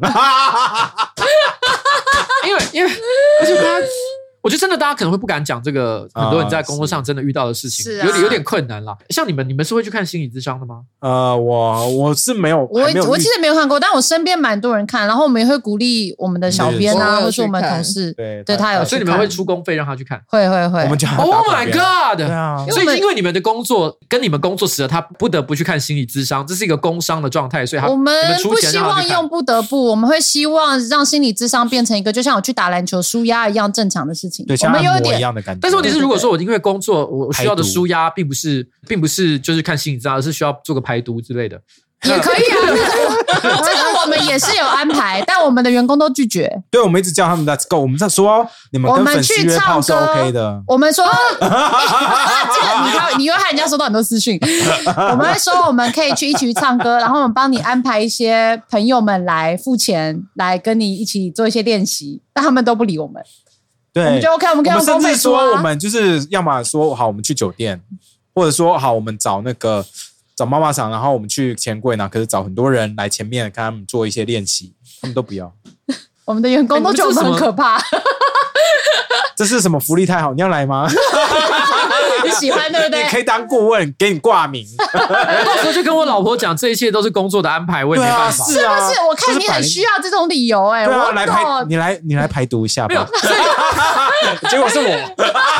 因为而且我觉得真的大家可能会不敢讲这个，很多人在工作上真的遇到的事情，有点困难啦。像你们是会去看心理咨商的吗？ 我是没有， 我其实没有看过，但我身边蛮多人看，然后我们也会鼓励我们的小编啊，或是我们同事，对他有去看， 所以你们会出公费让他去看？ 会， 我们就 Oh my God！ 对啊， 所以因为你们的工作跟你们工作使得他不得不去看心理咨商，这是一个工商的状态，所以我们不希望用不得不，我们会希望让心理咨商变成一个就像我去打篮球舒压一样正常的事情。 对，像按摩一样的感觉。 但是问题是，如果说我因为工作我需要的舒压，并不是就是看心理咨商，而是需要做个排毒之类的， 也可以啊。这个我们也是有安排，但我们的员工都拒绝。 对，我们一直叫他们 Let's go， 我们在说你们跟粉丝约炮是 OK 的。 我们说，你又害人家收到很多私讯。我们会说我们可以一起去唱歌，然后我们帮你安排一些朋友们来付钱，来跟你一起做一些练习，但他们都不理我们。 对， 我们就 OK， 我们可以用公费说，我们就是要么说好，我们去酒店，或者说好，我们找妈妈桑，然后我们去钱柜呢，可是找很多人来前面看他们做一些练习，他们都不要。 我们的员工都觉得我们很可怕。 这是什么福利太好？你要来吗？ 你喜欢对不对？ 你可以当顾问，给你挂名。 到时候就跟我老婆讲，这一切都是工作的安排，我也没办法。 是不是？我看你很需要这种理由对啊，来排，你来排毒一下吧。没有，结果是我。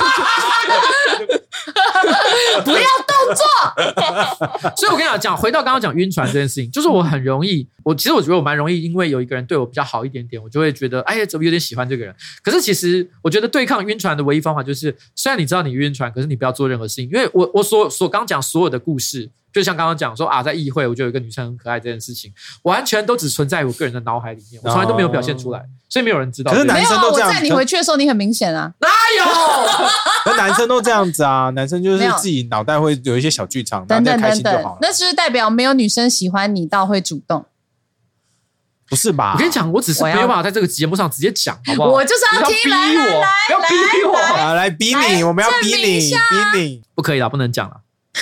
不要动作。 所以我跟你讲，回到刚刚讲晕船这件事情，就是我很容易，其实我觉得我蛮容易，因为有一个人对我比较好一点点，我就会觉得，哎呀，怎么有点喜欢这个人。可是其实我觉得对抗晕船的唯一方法就是，虽然你知道你晕船，可是你不要做任何事情。因为我所刚讲所有的故事，就像刚刚讲说啊，在议会我觉得有一个女生很可爱这件事情，完全都只存在我个人的脑海里面，我从来都没有表现出来，所以没有人知道。 可是男生都这样， 我在你回去的时候你很明显啊。 哪有？ 可男生都这样子啊，男生就是自己脑袋会有一些小剧场，然后再开心就好了。 那是不是代表没有女生喜欢你到会主动？ 不是吧？ 我跟你讲，我只是没有办法在这个节目上直接讲，好不好？ 我就是要逼我，不要逼我啊！来逼你，我们要逼你， 不可以啦，不能讲啦。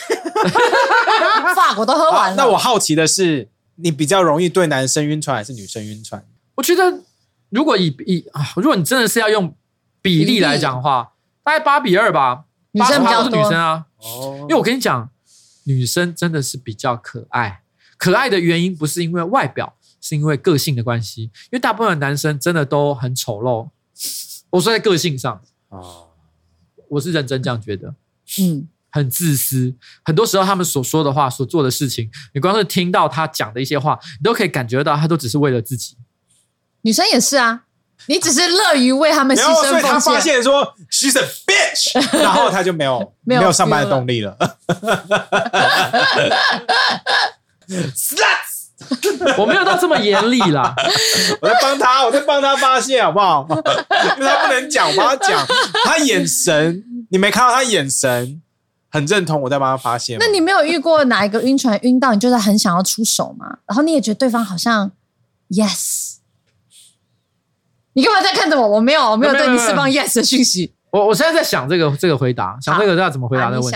法国都喝完了。 那我好奇的是，你比较容易对男生晕船还是女生晕船？ 我觉得，如果如果你真的是要用比例来讲的话，大概8:2吧。 女生比较多， 女生啊。因为我跟你讲，女生真的是比较可爱。可爱的原因不是因为外表，是因为个性的关系。因为大部分的男生真的都很丑陋。我说在个性上，我是认真这样觉得。很自私，很多时候他们所说的话、所做的事情，你光是听到他讲的一些话，你都可以感觉到他都只是为了自己。 女生也是啊，你只是乐于为他们牺牲奉献。 所以他发现说 she's a bitch， 然后他就没有上班的动力了。sluts， 我没有到这么严厉啦， 我在帮他发泄好不好？因为他不能讲，我帮他讲，他眼神，你没看到他眼神。很认同我在帮他发现。 那你没有遇过哪一个晕船晕到你就是很想要出手吗？然后你也觉得对方好像 yes， 你干嘛在看着我？我没有对你释放 yes 的讯息。 我现在在想这个回答，想这个要怎么回答这个问题。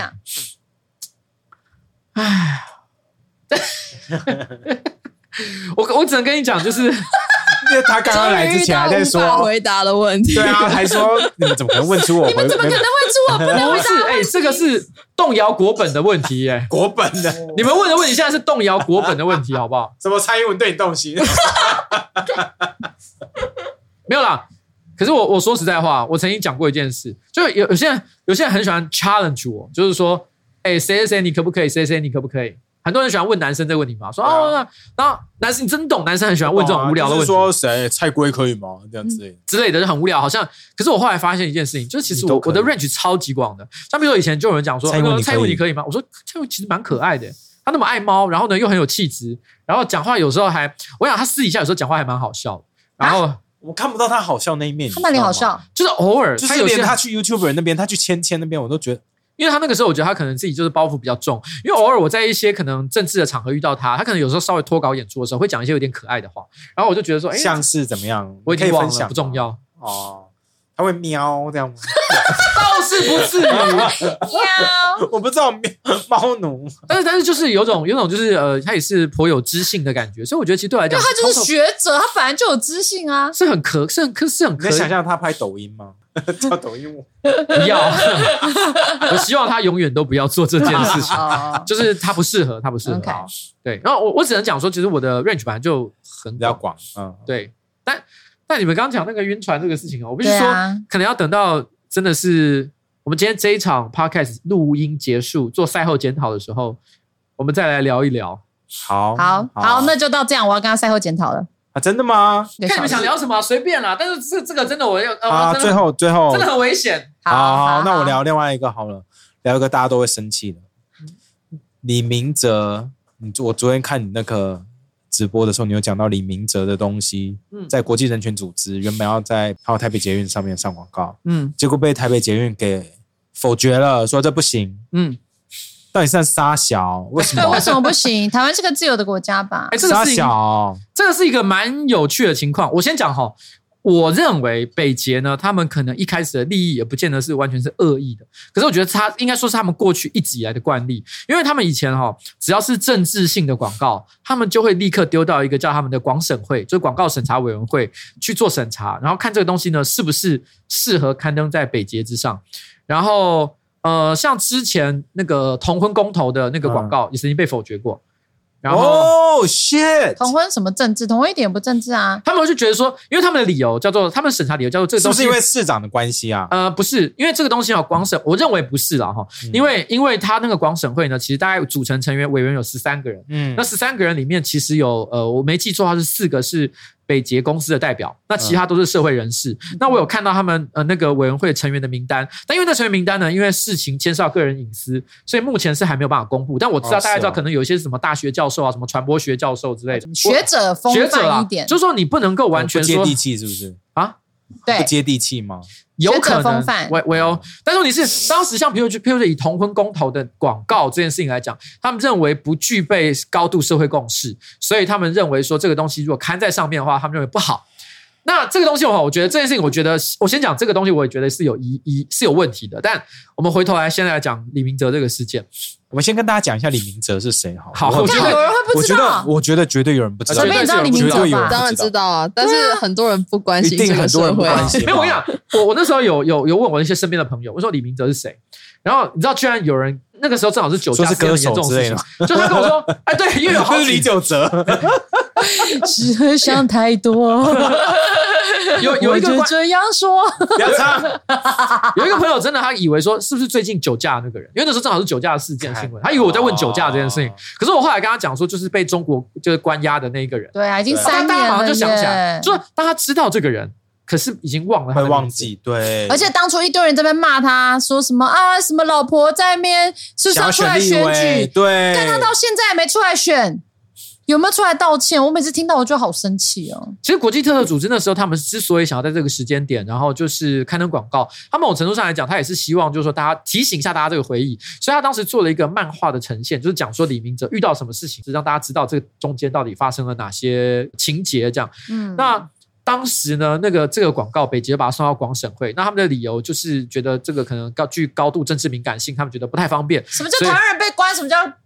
唉，我只能跟你讲，就是因为他刚刚来之前还在终于到无法说回答的问题。 对啊，还说你们怎么可能问出我？ 你们怎么可能问出我不能回答？ 不是，这个是动摇国本的问题耶。 国本的？ 你们问的问题现在是动摇国本的问题，好不好？ 什么蔡英文对你动心？ 没有啦。可是我说实在话，我曾经讲过一件事，就有些人很喜欢 challenge 我，就是说，谁你可不可以？谁你可不可以？很多人喜欢问男生这个问题嘛，说然后男生你真懂，男生很喜欢问这种无聊的问题， 说谁蔡圭可以吗？这样之类的就很无聊，好像。可是我后来发现一件事情，就是其实我的 range 超级广的。像比如说以前就有人讲说，蔡英文你可以吗？我说蔡英文其实蛮可爱的，他那么爱猫，然后呢又很有气质，然后讲话有时候还，我想他私底下有时候讲话还蛮好笑的，然后。 我看不到他好笑那一面， 他哪里好笑？ 就是偶尔， 就是连他去 YouTuber 那边，他去签那边，我都觉得， 因为他那个时候，我觉得他可能自己就是包袱比较重。因为偶尔我在一些可能政治的场合遇到他，他可能有时候稍微脱稿演出的时候，会讲一些有点可爱的话，然后我就觉得说， 像是怎么样？ 我已经忘了，不重要哦。他会喵这样吗？ 倒是不至于喵， 我不知道猫奴， 但是就是有种就是他也是颇有知性的感觉，所以我觉得其实对我来讲， 他就是学者，他本来就有知性啊， 是很可。 你能想象他拍抖音吗？叫抖音不要，我希望他永远都不要做这件事情，就是他不适合。 Okay. 对，然后我只能讲说，其实我的 range 本来就很比较广， 对，但你们刚刚讲那个晕船这个事情哦，我必须说，可能要等到真的是我们今天这一场 podcast 录音结束，做赛后检讨的时候，我们再来聊一聊。 好，那就到这样，我要跟他赛后检讨了。 啊，真的吗？ 看你们想聊什么，随便啦。但是这个真的我要最后真的很危险。 好，那我聊另外一个好了，聊一个大家都会生气的。李明哲，我昨天看你那个直播的时候，你有讲到李明哲的东西，在国际人权组织原本要在台北捷运上面上广告，结果被台北捷运给否决了，说这不行，到底是傻小？为什么？ 为什么不行？台湾是个自由的国家吧？ 傻小， 这个是一个蛮有趣的情况。我先讲哈，我认为北捷呢，他们可能一开始的利益也不见得是完全是恶意的，可是我觉得他应该说是他们过去一直以来的惯例，因为他们以前只要是政治性的广告，他们就会立刻丢到一个叫他们的广审会，就是广告审查委员会去做审查，然后看这个东西呢是不是适合刊登在北捷之上，然后像之前那个同婚公投的那个广告也曾经被否决过。然后 shit， 同婚什么政治？同婚一点也不政治啊！ 他们就觉得说，因为他们的理由叫做，他们审查理由叫做这个东西， 是不是因为市长的关系啊？ 不是，因为这个东西广审，我认为不是啦哈，因为他那个广审会呢，其实大概组成成员委员有13个人，那13个人里面其实有我没记错，他是4个是北捷公司的代表，那其他都是社会人士。那我有看到他们那个委员会成员的名单，但因为那成员名单呢，因为事情牵涉到个人隐私，所以目前是还没有办法公布。但我知道大概知道，可能有一些什么大学教授啊，什么传播学教授之类的学者风范一点， 就是说你不能够完全说不接地气，是不是啊？ 对， 不接地气吗？ 有可能，但是问题是，当时像比如说以同婚公投的广告这件事情来讲，他们认为不具备高度社会共识，所以他们认为说这个东西如果刊在上面的话，他们认为不好。那这个东西的话，我觉得这件事情，我先讲这个东西，我也觉得是有问题的。但我们回头来，先来讲李明哲这个事件。 我们先跟大家讲一下李明哲是谁好。 我觉得有人会不知道， 我觉得绝对有人不知道。 随便你知道李明哲吧？ 当然知道啊，但是很多人不关心这个社会。 没有，我跟你讲，我那时候有问我一些身边的朋友，我说李明哲是谁？然后你知道，居然有人那个时候正好是酒驾， 说是歌手之类的， 就他跟我说，对，因为有好几李玖哲， 是想太多。 有一个这样说， 不要唱。 有一个朋友真的，他以为说是不是最近酒驾那个人，因为那时候正好是酒驾的事件新闻，他以为我在问酒驾这件事情。可是我后来跟他讲说，就是被中国就是关押的那一个人。 对啊，已经3年了耶。 大家马上就想起来，就是当他知道这个人，可是已经忘了， 会忘记。对， 而且当初一堆人在那边骂他，说什么什么老婆在那边是不是要出来选举？ 对， 但他到现在也没出来选。有没有出来道歉？我每次听到我就好生气哦。 其实国际特赦组织那时候他们之所以想要在这个时间点，然后就是刊登广告，他某种程度上来讲，他也是希望就是说大家提醒一下大家这个回忆，所以他当时做了一个漫画的呈现，就是讲说李明哲遇到什么事情，是让大家知道这个中间到底发生了哪些情节这样。那当时呢，这个广告北捷把它送到广审会，那他们的理由就是觉得这个可能具高度政治敏感性，他们觉得不太方便。 什么叫台湾人被关？什么叫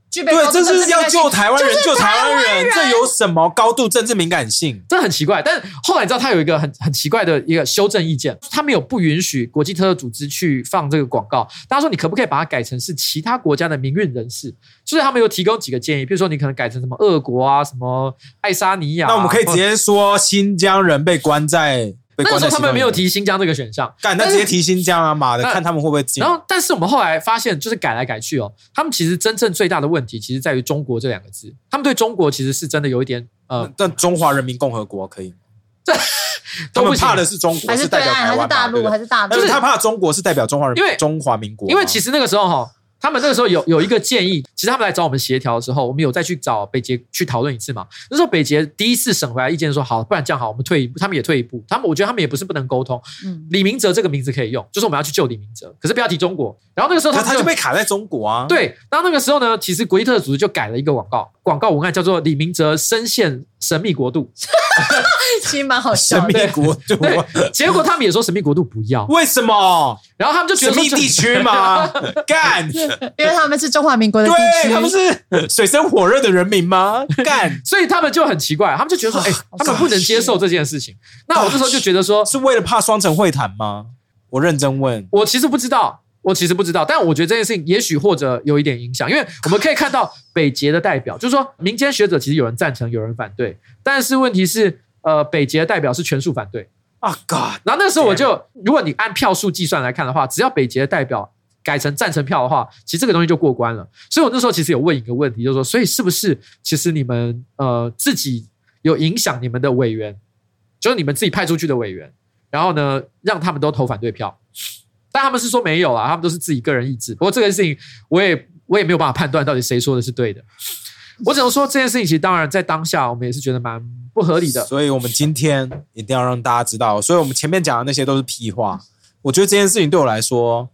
对， 具备高度这是要救台湾人， 就是救台湾台湾人这有什么高度政治敏感性？ 这很奇怪。但是后来你知道他有一个很奇怪的一个修正意见，他没有不允许国际特赦组织去放这个广告。大家说你可不可以把它改成是其他国家的民运人士？所以他们有提供几个建议，比如说你可能改成什么俄国啊，什么爱沙尼亚、啊。 那我们可以直接说新疆人被关在。 那个时候他们没有提新疆这个选项， 那直接提新疆啊！妈的，看他们会不会进。 然后，但是我们后来发现，就是改来改去哦，他们其实真正最大的问题，其实在于中国这两个字。他们对中国其实是真的有一点但中华人民共和国可以吗？ 他们怕的是中国， 还是代表台湾还是大陆，还是大陆？ 就是他怕中国是代表中华民国。 因为其实那个时候哈。他们那个时候有一个建议，其实他们来找我们协调的时候，我们有再去找北捷去讨论一次嘛。那时候北捷第一次审回来意见说，好，不然这样好，我们退一步，他们也退一步。我觉得他们也不是不能沟通。李明哲这个名字可以用，就是我们要去救李明哲，可是不要提中国。然后那个时候他就被卡在中国啊。 对，然后那个时候呢，其实国际特赦组织就改了一个广告文案，叫做李明哲深陷神秘国度。 其实蛮好笑的。神秘国度， 结果他们也说神秘国度不要， 为什么？ 然后他们就觉得神秘地区嘛，干， 因为他们是中华民国的地区， 对，他们是水深火热的人民吗？干， 所以他们就很奇怪，他们就觉得说，他们不能接受这件事情。那我那时候就觉得说， 是为了怕双城会谈吗？我认真问， 我其实不知道，但我觉得这件事情也许或者有一点影响，因为我们可以看到北捷的代表，就是说民间学者其实有人赞成，有人反对，但是问题是，北捷的代表是全数反对。 God！ 然后那时候我就，如果你按票数计算来看的话，只要北捷的代表改成赞成票的话，其实这个东西就过关了。所以我那时候其实有问一个问题，就是说，所以是不是其实你们自己有影响你们的委员，就是你们自己派出去的委员，然后呢让他们都投反对票？但他们是说没有啦，他们都是自己个人意志。不过这个事情我也没有办法判断到底谁说的是对的。我只能说这件事情其实当然在当下我们也是觉得蛮不合理的， 所以我们今天一定要让大家知道，所以我们前面讲的那些都是屁话。我觉得这件事情对我来说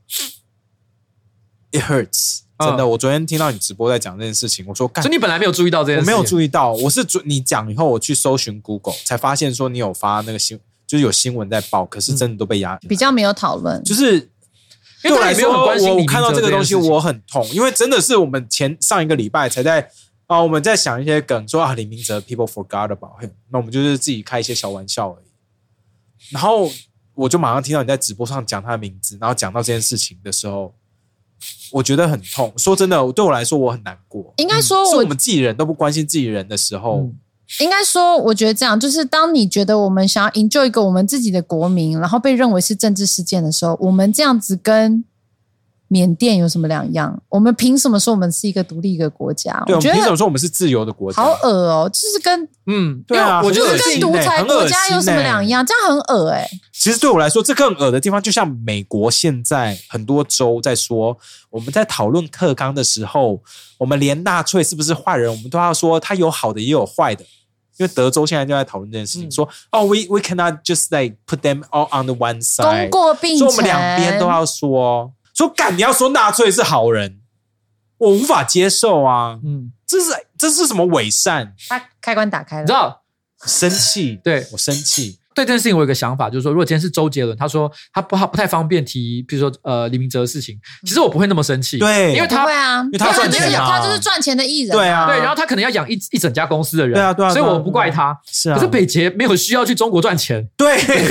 it hurts， 真的。我昨天听到你直播在讲这件事情，我说干， 所以你本来没有注意到这件事情？ 我没有注意到，我是你讲以后我去搜寻 Google 才发现说你有发那个就是有新闻在报，可是真的都被压比较没有讨论， 就是对我来说，我看到这个东西我很痛，因为真的是我们上一个礼拜才在我们在想一些梗，说李明哲 people forgot about him， 那我们就是自己开一些小玩笑而已。然后我就马上听到你在直播上讲他的名字，然后讲到这件事情的时候，我觉得很痛。说真的，对我来说我很难过。 应该说是我们自己人都不关心自己人的时候。 应该说，我觉得这样，就是当你觉得我们想要营救一个我们自己的国民，然后被认为是政治事件的时候，我们这样子跟缅甸有什么两样？我们凭什么说我们是一个独立一个国家？ 对，我们凭什么说我们是自由的国家？ 好恶哦，就是跟对啊， 我觉得跟独裁国家有什么两样？这样很恶其实对我来说，这更恶的地方，就像美国现在很多州在说，我们在讨论课纲的时候，我们连纳粹是不是坏人，我们都要说他有好的也有坏的。因为德州现在就在讨论这件事情，说we cannot just like put them all on the one side， 功过并成， 说我们两边都要说干你要说纳粹是好人，我无法接受啊！这是什么伪善？ 他开关打开了， 你知道？ 生气， 对我生气。 对这件事情我有个想法，就是说，如果今天是周杰伦，他说他不太方便提，比如说李明哲的事情，其实我不会那么生气， 对， 因为他不会啊， 因为他赚钱啊， 他就是赚钱的艺人， 对啊， 对，然后他可能要养一整家公司的人， 对啊，对啊， 所以我不怪他， 是啊。 可是北捷没有需要去中国赚钱， 对，对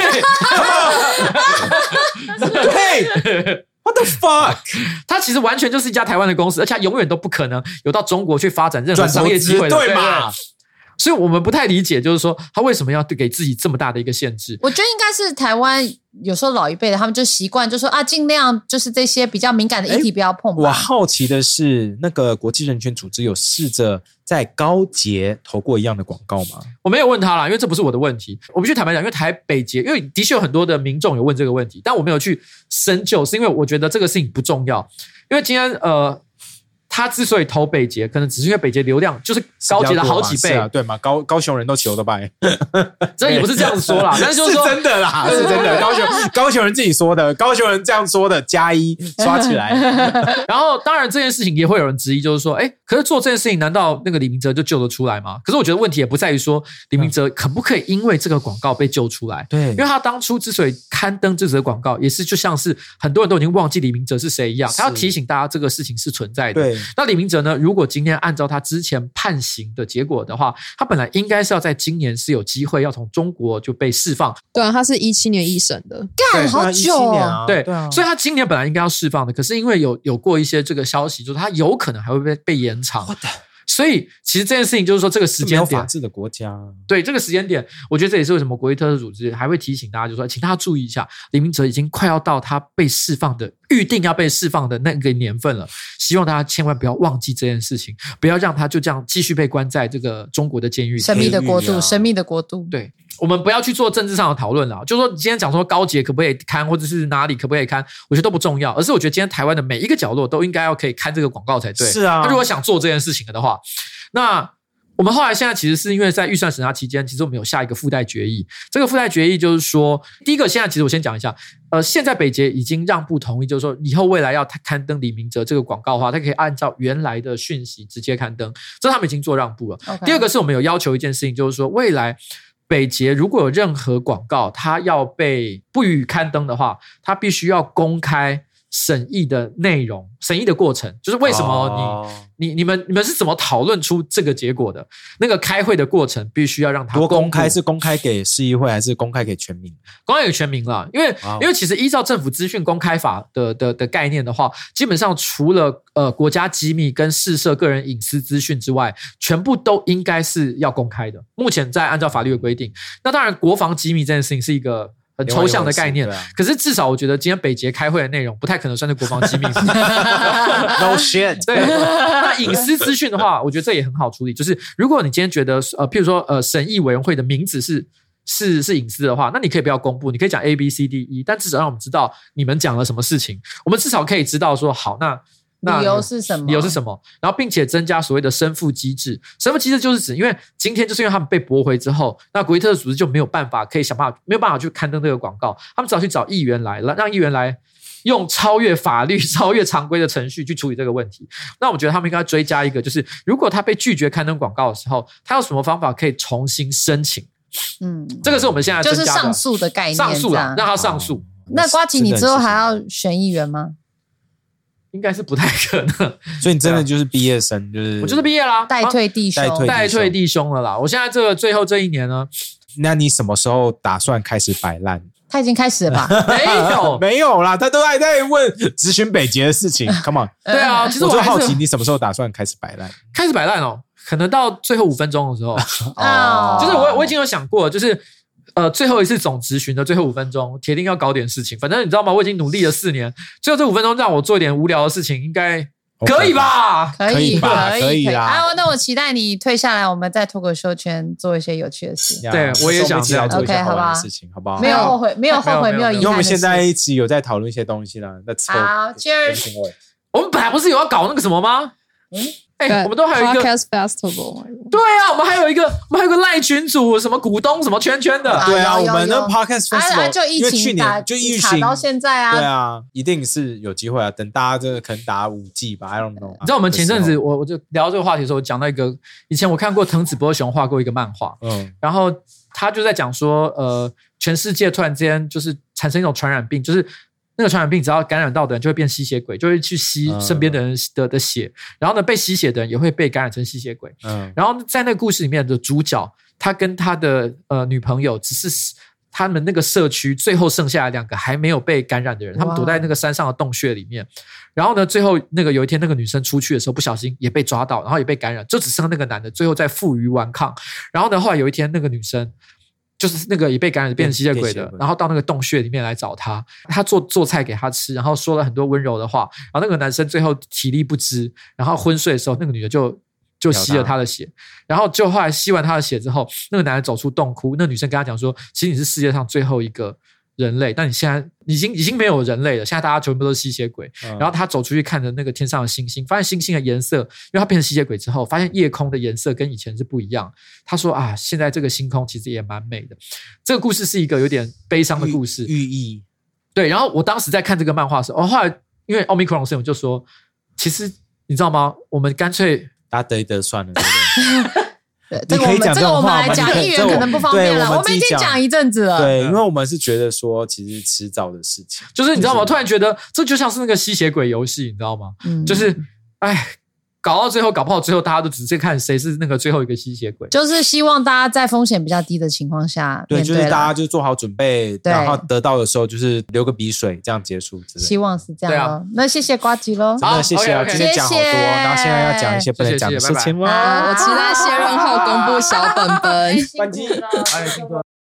，What the fuck？ 他其实完全就是一家台湾的公司，而且他永远都不可能有到中国去发展任何商业机会的， 对嘛？ 所以我们不太理解，就是说他为什么要给自己这么大的一个限制？ 我觉得应该是台湾有时候老一辈的他们就习惯，就说尽量就是这些比较敏感的议题不要碰吧。 我好奇的是，那个国际人权组织有试着在高捷投过一样的广告吗？ 我没有问他啦，因为这不是我的问题。我必须坦白讲，因为台北捷，因为的确有很多的民众有问这个问题，但我没有去深究，是因为我觉得这个事情不重要。因为今天他之所以投北捷，可能只是因为北捷流量就是高捷的好几倍， 对嘛？高雄人都求得拜， 这也不是这样说啦，但是就是说真的啦，是真的。高雄人自己说的，高雄人这样说的，+1刷起来。 然后当然这件事情也会有人质疑，就是说，可是做这件事情，难道那个李明哲就救得出来吗？可是我觉得问题也不在于说李明哲可不可以因为这个广告被救出来， 对， 因为他当初之所以刊登这则广告，也是就像是很多人都已经忘记李明哲是谁一样，他要提醒大家这个事情是存在的。 对。 那李明哲呢，如果今天按照他之前判刑的结果的话，他本来应该是要在今年是有机会要从中国就被释放。 对啊，他是17年一审的， 干好久哦。 对， 啊， 所以他今年本来应该要释放的，可是因为有过一些这个消息，就是他有可能还会被延长。所以其实这件事情就是说，这个时间点， 没有法治的国家， 对这个时间点，我觉得这也是为什么国际特赦组织还会提醒大家，就是说，请大家注意一下，李明哲已经快要到他被释放的预定要被释放的那个年份了，希望大家千万不要忘记这件事情，不要让他就这样继续被关在这个中国的监狱里。 神秘的国度，神秘的国度。 对，我们不要去做政治上的讨论了，就是说你今天讲说高捷可不可以看，或者是哪里可不可以看，我觉得都不重要，而是我觉得今天台湾的每一个角落都应该要可以看这个广告才对。 是啊， 他如果想做这件事情的话，那我们后来现在其实是因为在预算审查期间，其实我们有下一个附带决议。这个附带决议就是说，第一个现在其实我先讲一下，现在北捷已经让步同意，就是说以后未来要刊登李明哲这个广告的话，它可以按照原来的讯息直接刊登，这他们已经做让步了。 Okay. 第二个是我们有要求一件事情，就是说未来北捷如果有任何广告它要被不予刊登的话，它必须要公开审议的内容，审议的过程，就是为什么你们是怎么讨论出这个结果的？那个开会的过程必须要让它多公开，是公开给市议会还是公开给全民？ 公开给全民了，因为其实依照政府资讯公开法的概念的话，基本上除了国家机密跟市社个人隐私资讯之外，全部都应该是要公开的。目前在按照法律的规定，那当然国防机密这件事情是一个很抽象的概念，可是至少我觉得今天北捷开会的内容不太可能算是国防机密。 No shit。 对，那隐私资讯的话，我觉得这也很好处理。就是如果你今天觉得譬如说审议委员会的名字是隐私的话，那你可以不要公布，你可以讲 A B C D E， 但至少让我们知道你们讲了什么事情，我们至少可以知道说好那理由是什么？ 理由是什么？然后并且增加所谓的申复机制。申复机制就是指，因为今天就是因为他们被驳回之后，那国际特赦组织就没有办法没有办法去刊登这个广告，他们只好去找议员来，让议员来用超越法律、超越常规的程序去处理这个问题。那我觉得他们应该追加一个，就是如果他被拒绝刊登广告的时候，他有什么方法可以重新申请？这个是我们现在增加的就是上诉的概念， 上诉啦，让他上诉。 那呱吉，你之后还要选议员吗？ 应该是不太可能， 所以你真的就是毕业生，就是我就是毕业啦， 代退弟兄， 代退弟兄了啦。我现在这个最后这一年呢， 那你什么时候打算开始摆烂？ 他已经开始了吧？ 没有啦，他都还在问咨询北捷的事情。Come on， 对啊，其实我就好奇你什么时候打算开始摆烂？ 开始摆烂哦，可能到最后5分钟的时候，就是我已经有想过，就是最后一次总质询的最后5分钟，铁定要搞点事情。反正你知道吗？我已经努力了4年，最后这5分钟让我做一点无聊的事情，应该可以吧？ 可以吧？可以啦。 啊，那我期待你退下来，我们在脱口秀圈做一些有趣的事。 对，我也想这样做一些好玩的事情，好不好？ 没有后悔，没有后悔，没有遗憾。 因为我们现在一直有在讨论一些东西啦。 好 ，Cheers。 我们本来不是有要搞那个什么吗？我们都还有一个 Podcast Festival。 对啊，我们还有一个赖群组，什么股东什么圈圈的。 对啊，我们的 Podcast Festival 就疫情就疫情到现在啊。 对啊，一定是有机会啊。等大家这个可能打5季吧 ，I don't know。 你知道我们前阵子我就聊这个话题的时候，讲到一个以前我看过藤子不二雄画过一个漫画，然后他就在讲说，全世界突然之间就是产生一种传染病，就是那个传染病只要感染到的人就会变吸血鬼，就会去吸身边的人的血，然后呢被吸血的人也会被感染成吸血鬼。然后在那个故事里面的主角，他跟他的女朋友只是他们那个社区最后剩下来2个还没有被感染的人，他们躲在那个山上的洞穴里面。然后呢，最后那个有一天那个女生出去的时候不小心也被抓到，然后也被感染，就只剩那个男的最后在负隅顽抗。然后呢，后来有一天那个女生就是那个也被感染变成吸血鬼的，然后到那个洞穴里面来找他做菜给他吃，然后说了很多温柔的话，然后那个男生最后体力不支，然后昏睡的时候那个女的就吸了他的血，然后就后来吸完他的血之后，那个男的走出洞窟，那个女生跟他讲说，其实你是世界上最后一个人类，但你现在已经没有人类了，现在大家全部都是吸血鬼。然后他走出去看着那个天上的星星，发现星星的颜色，因为他变成吸血鬼之后，发现夜空的颜色跟以前是不一样。他说啊，现在这个星空其实也蛮美的。这个故事是一个有点悲伤的故事， 寓意。对， 然后我当时在看这个漫画的时候，后来因为奥密克戎的事情，我就说，其实你知道吗？我们干脆大家得一得算了，对不对？ 这个我们来讲，议员可能不方便了。我们已经讲一阵子了。 对，因为我们是觉得说，其实迟早的事情， 就是你知道吗？突然觉得这就像是那个吸血鬼游戏，你知道吗？就是， 搞到最后，搞不好最后大家都只是看谁是那个最后一个吸血鬼。 就是希望大家在风险比较低的情况下对， 面就是大家就做好准备， 对然后得到的时候就是流个鼻水，这样结束之类的。 希望是这样咯。 对啊那谢谢呱吉咯。 真的谢谢啊， OK，OK 今天讲好多， 谢谢然后现在要讲一些不能讲的事情好， 了。 我期待卸任后公布小本本。 关机。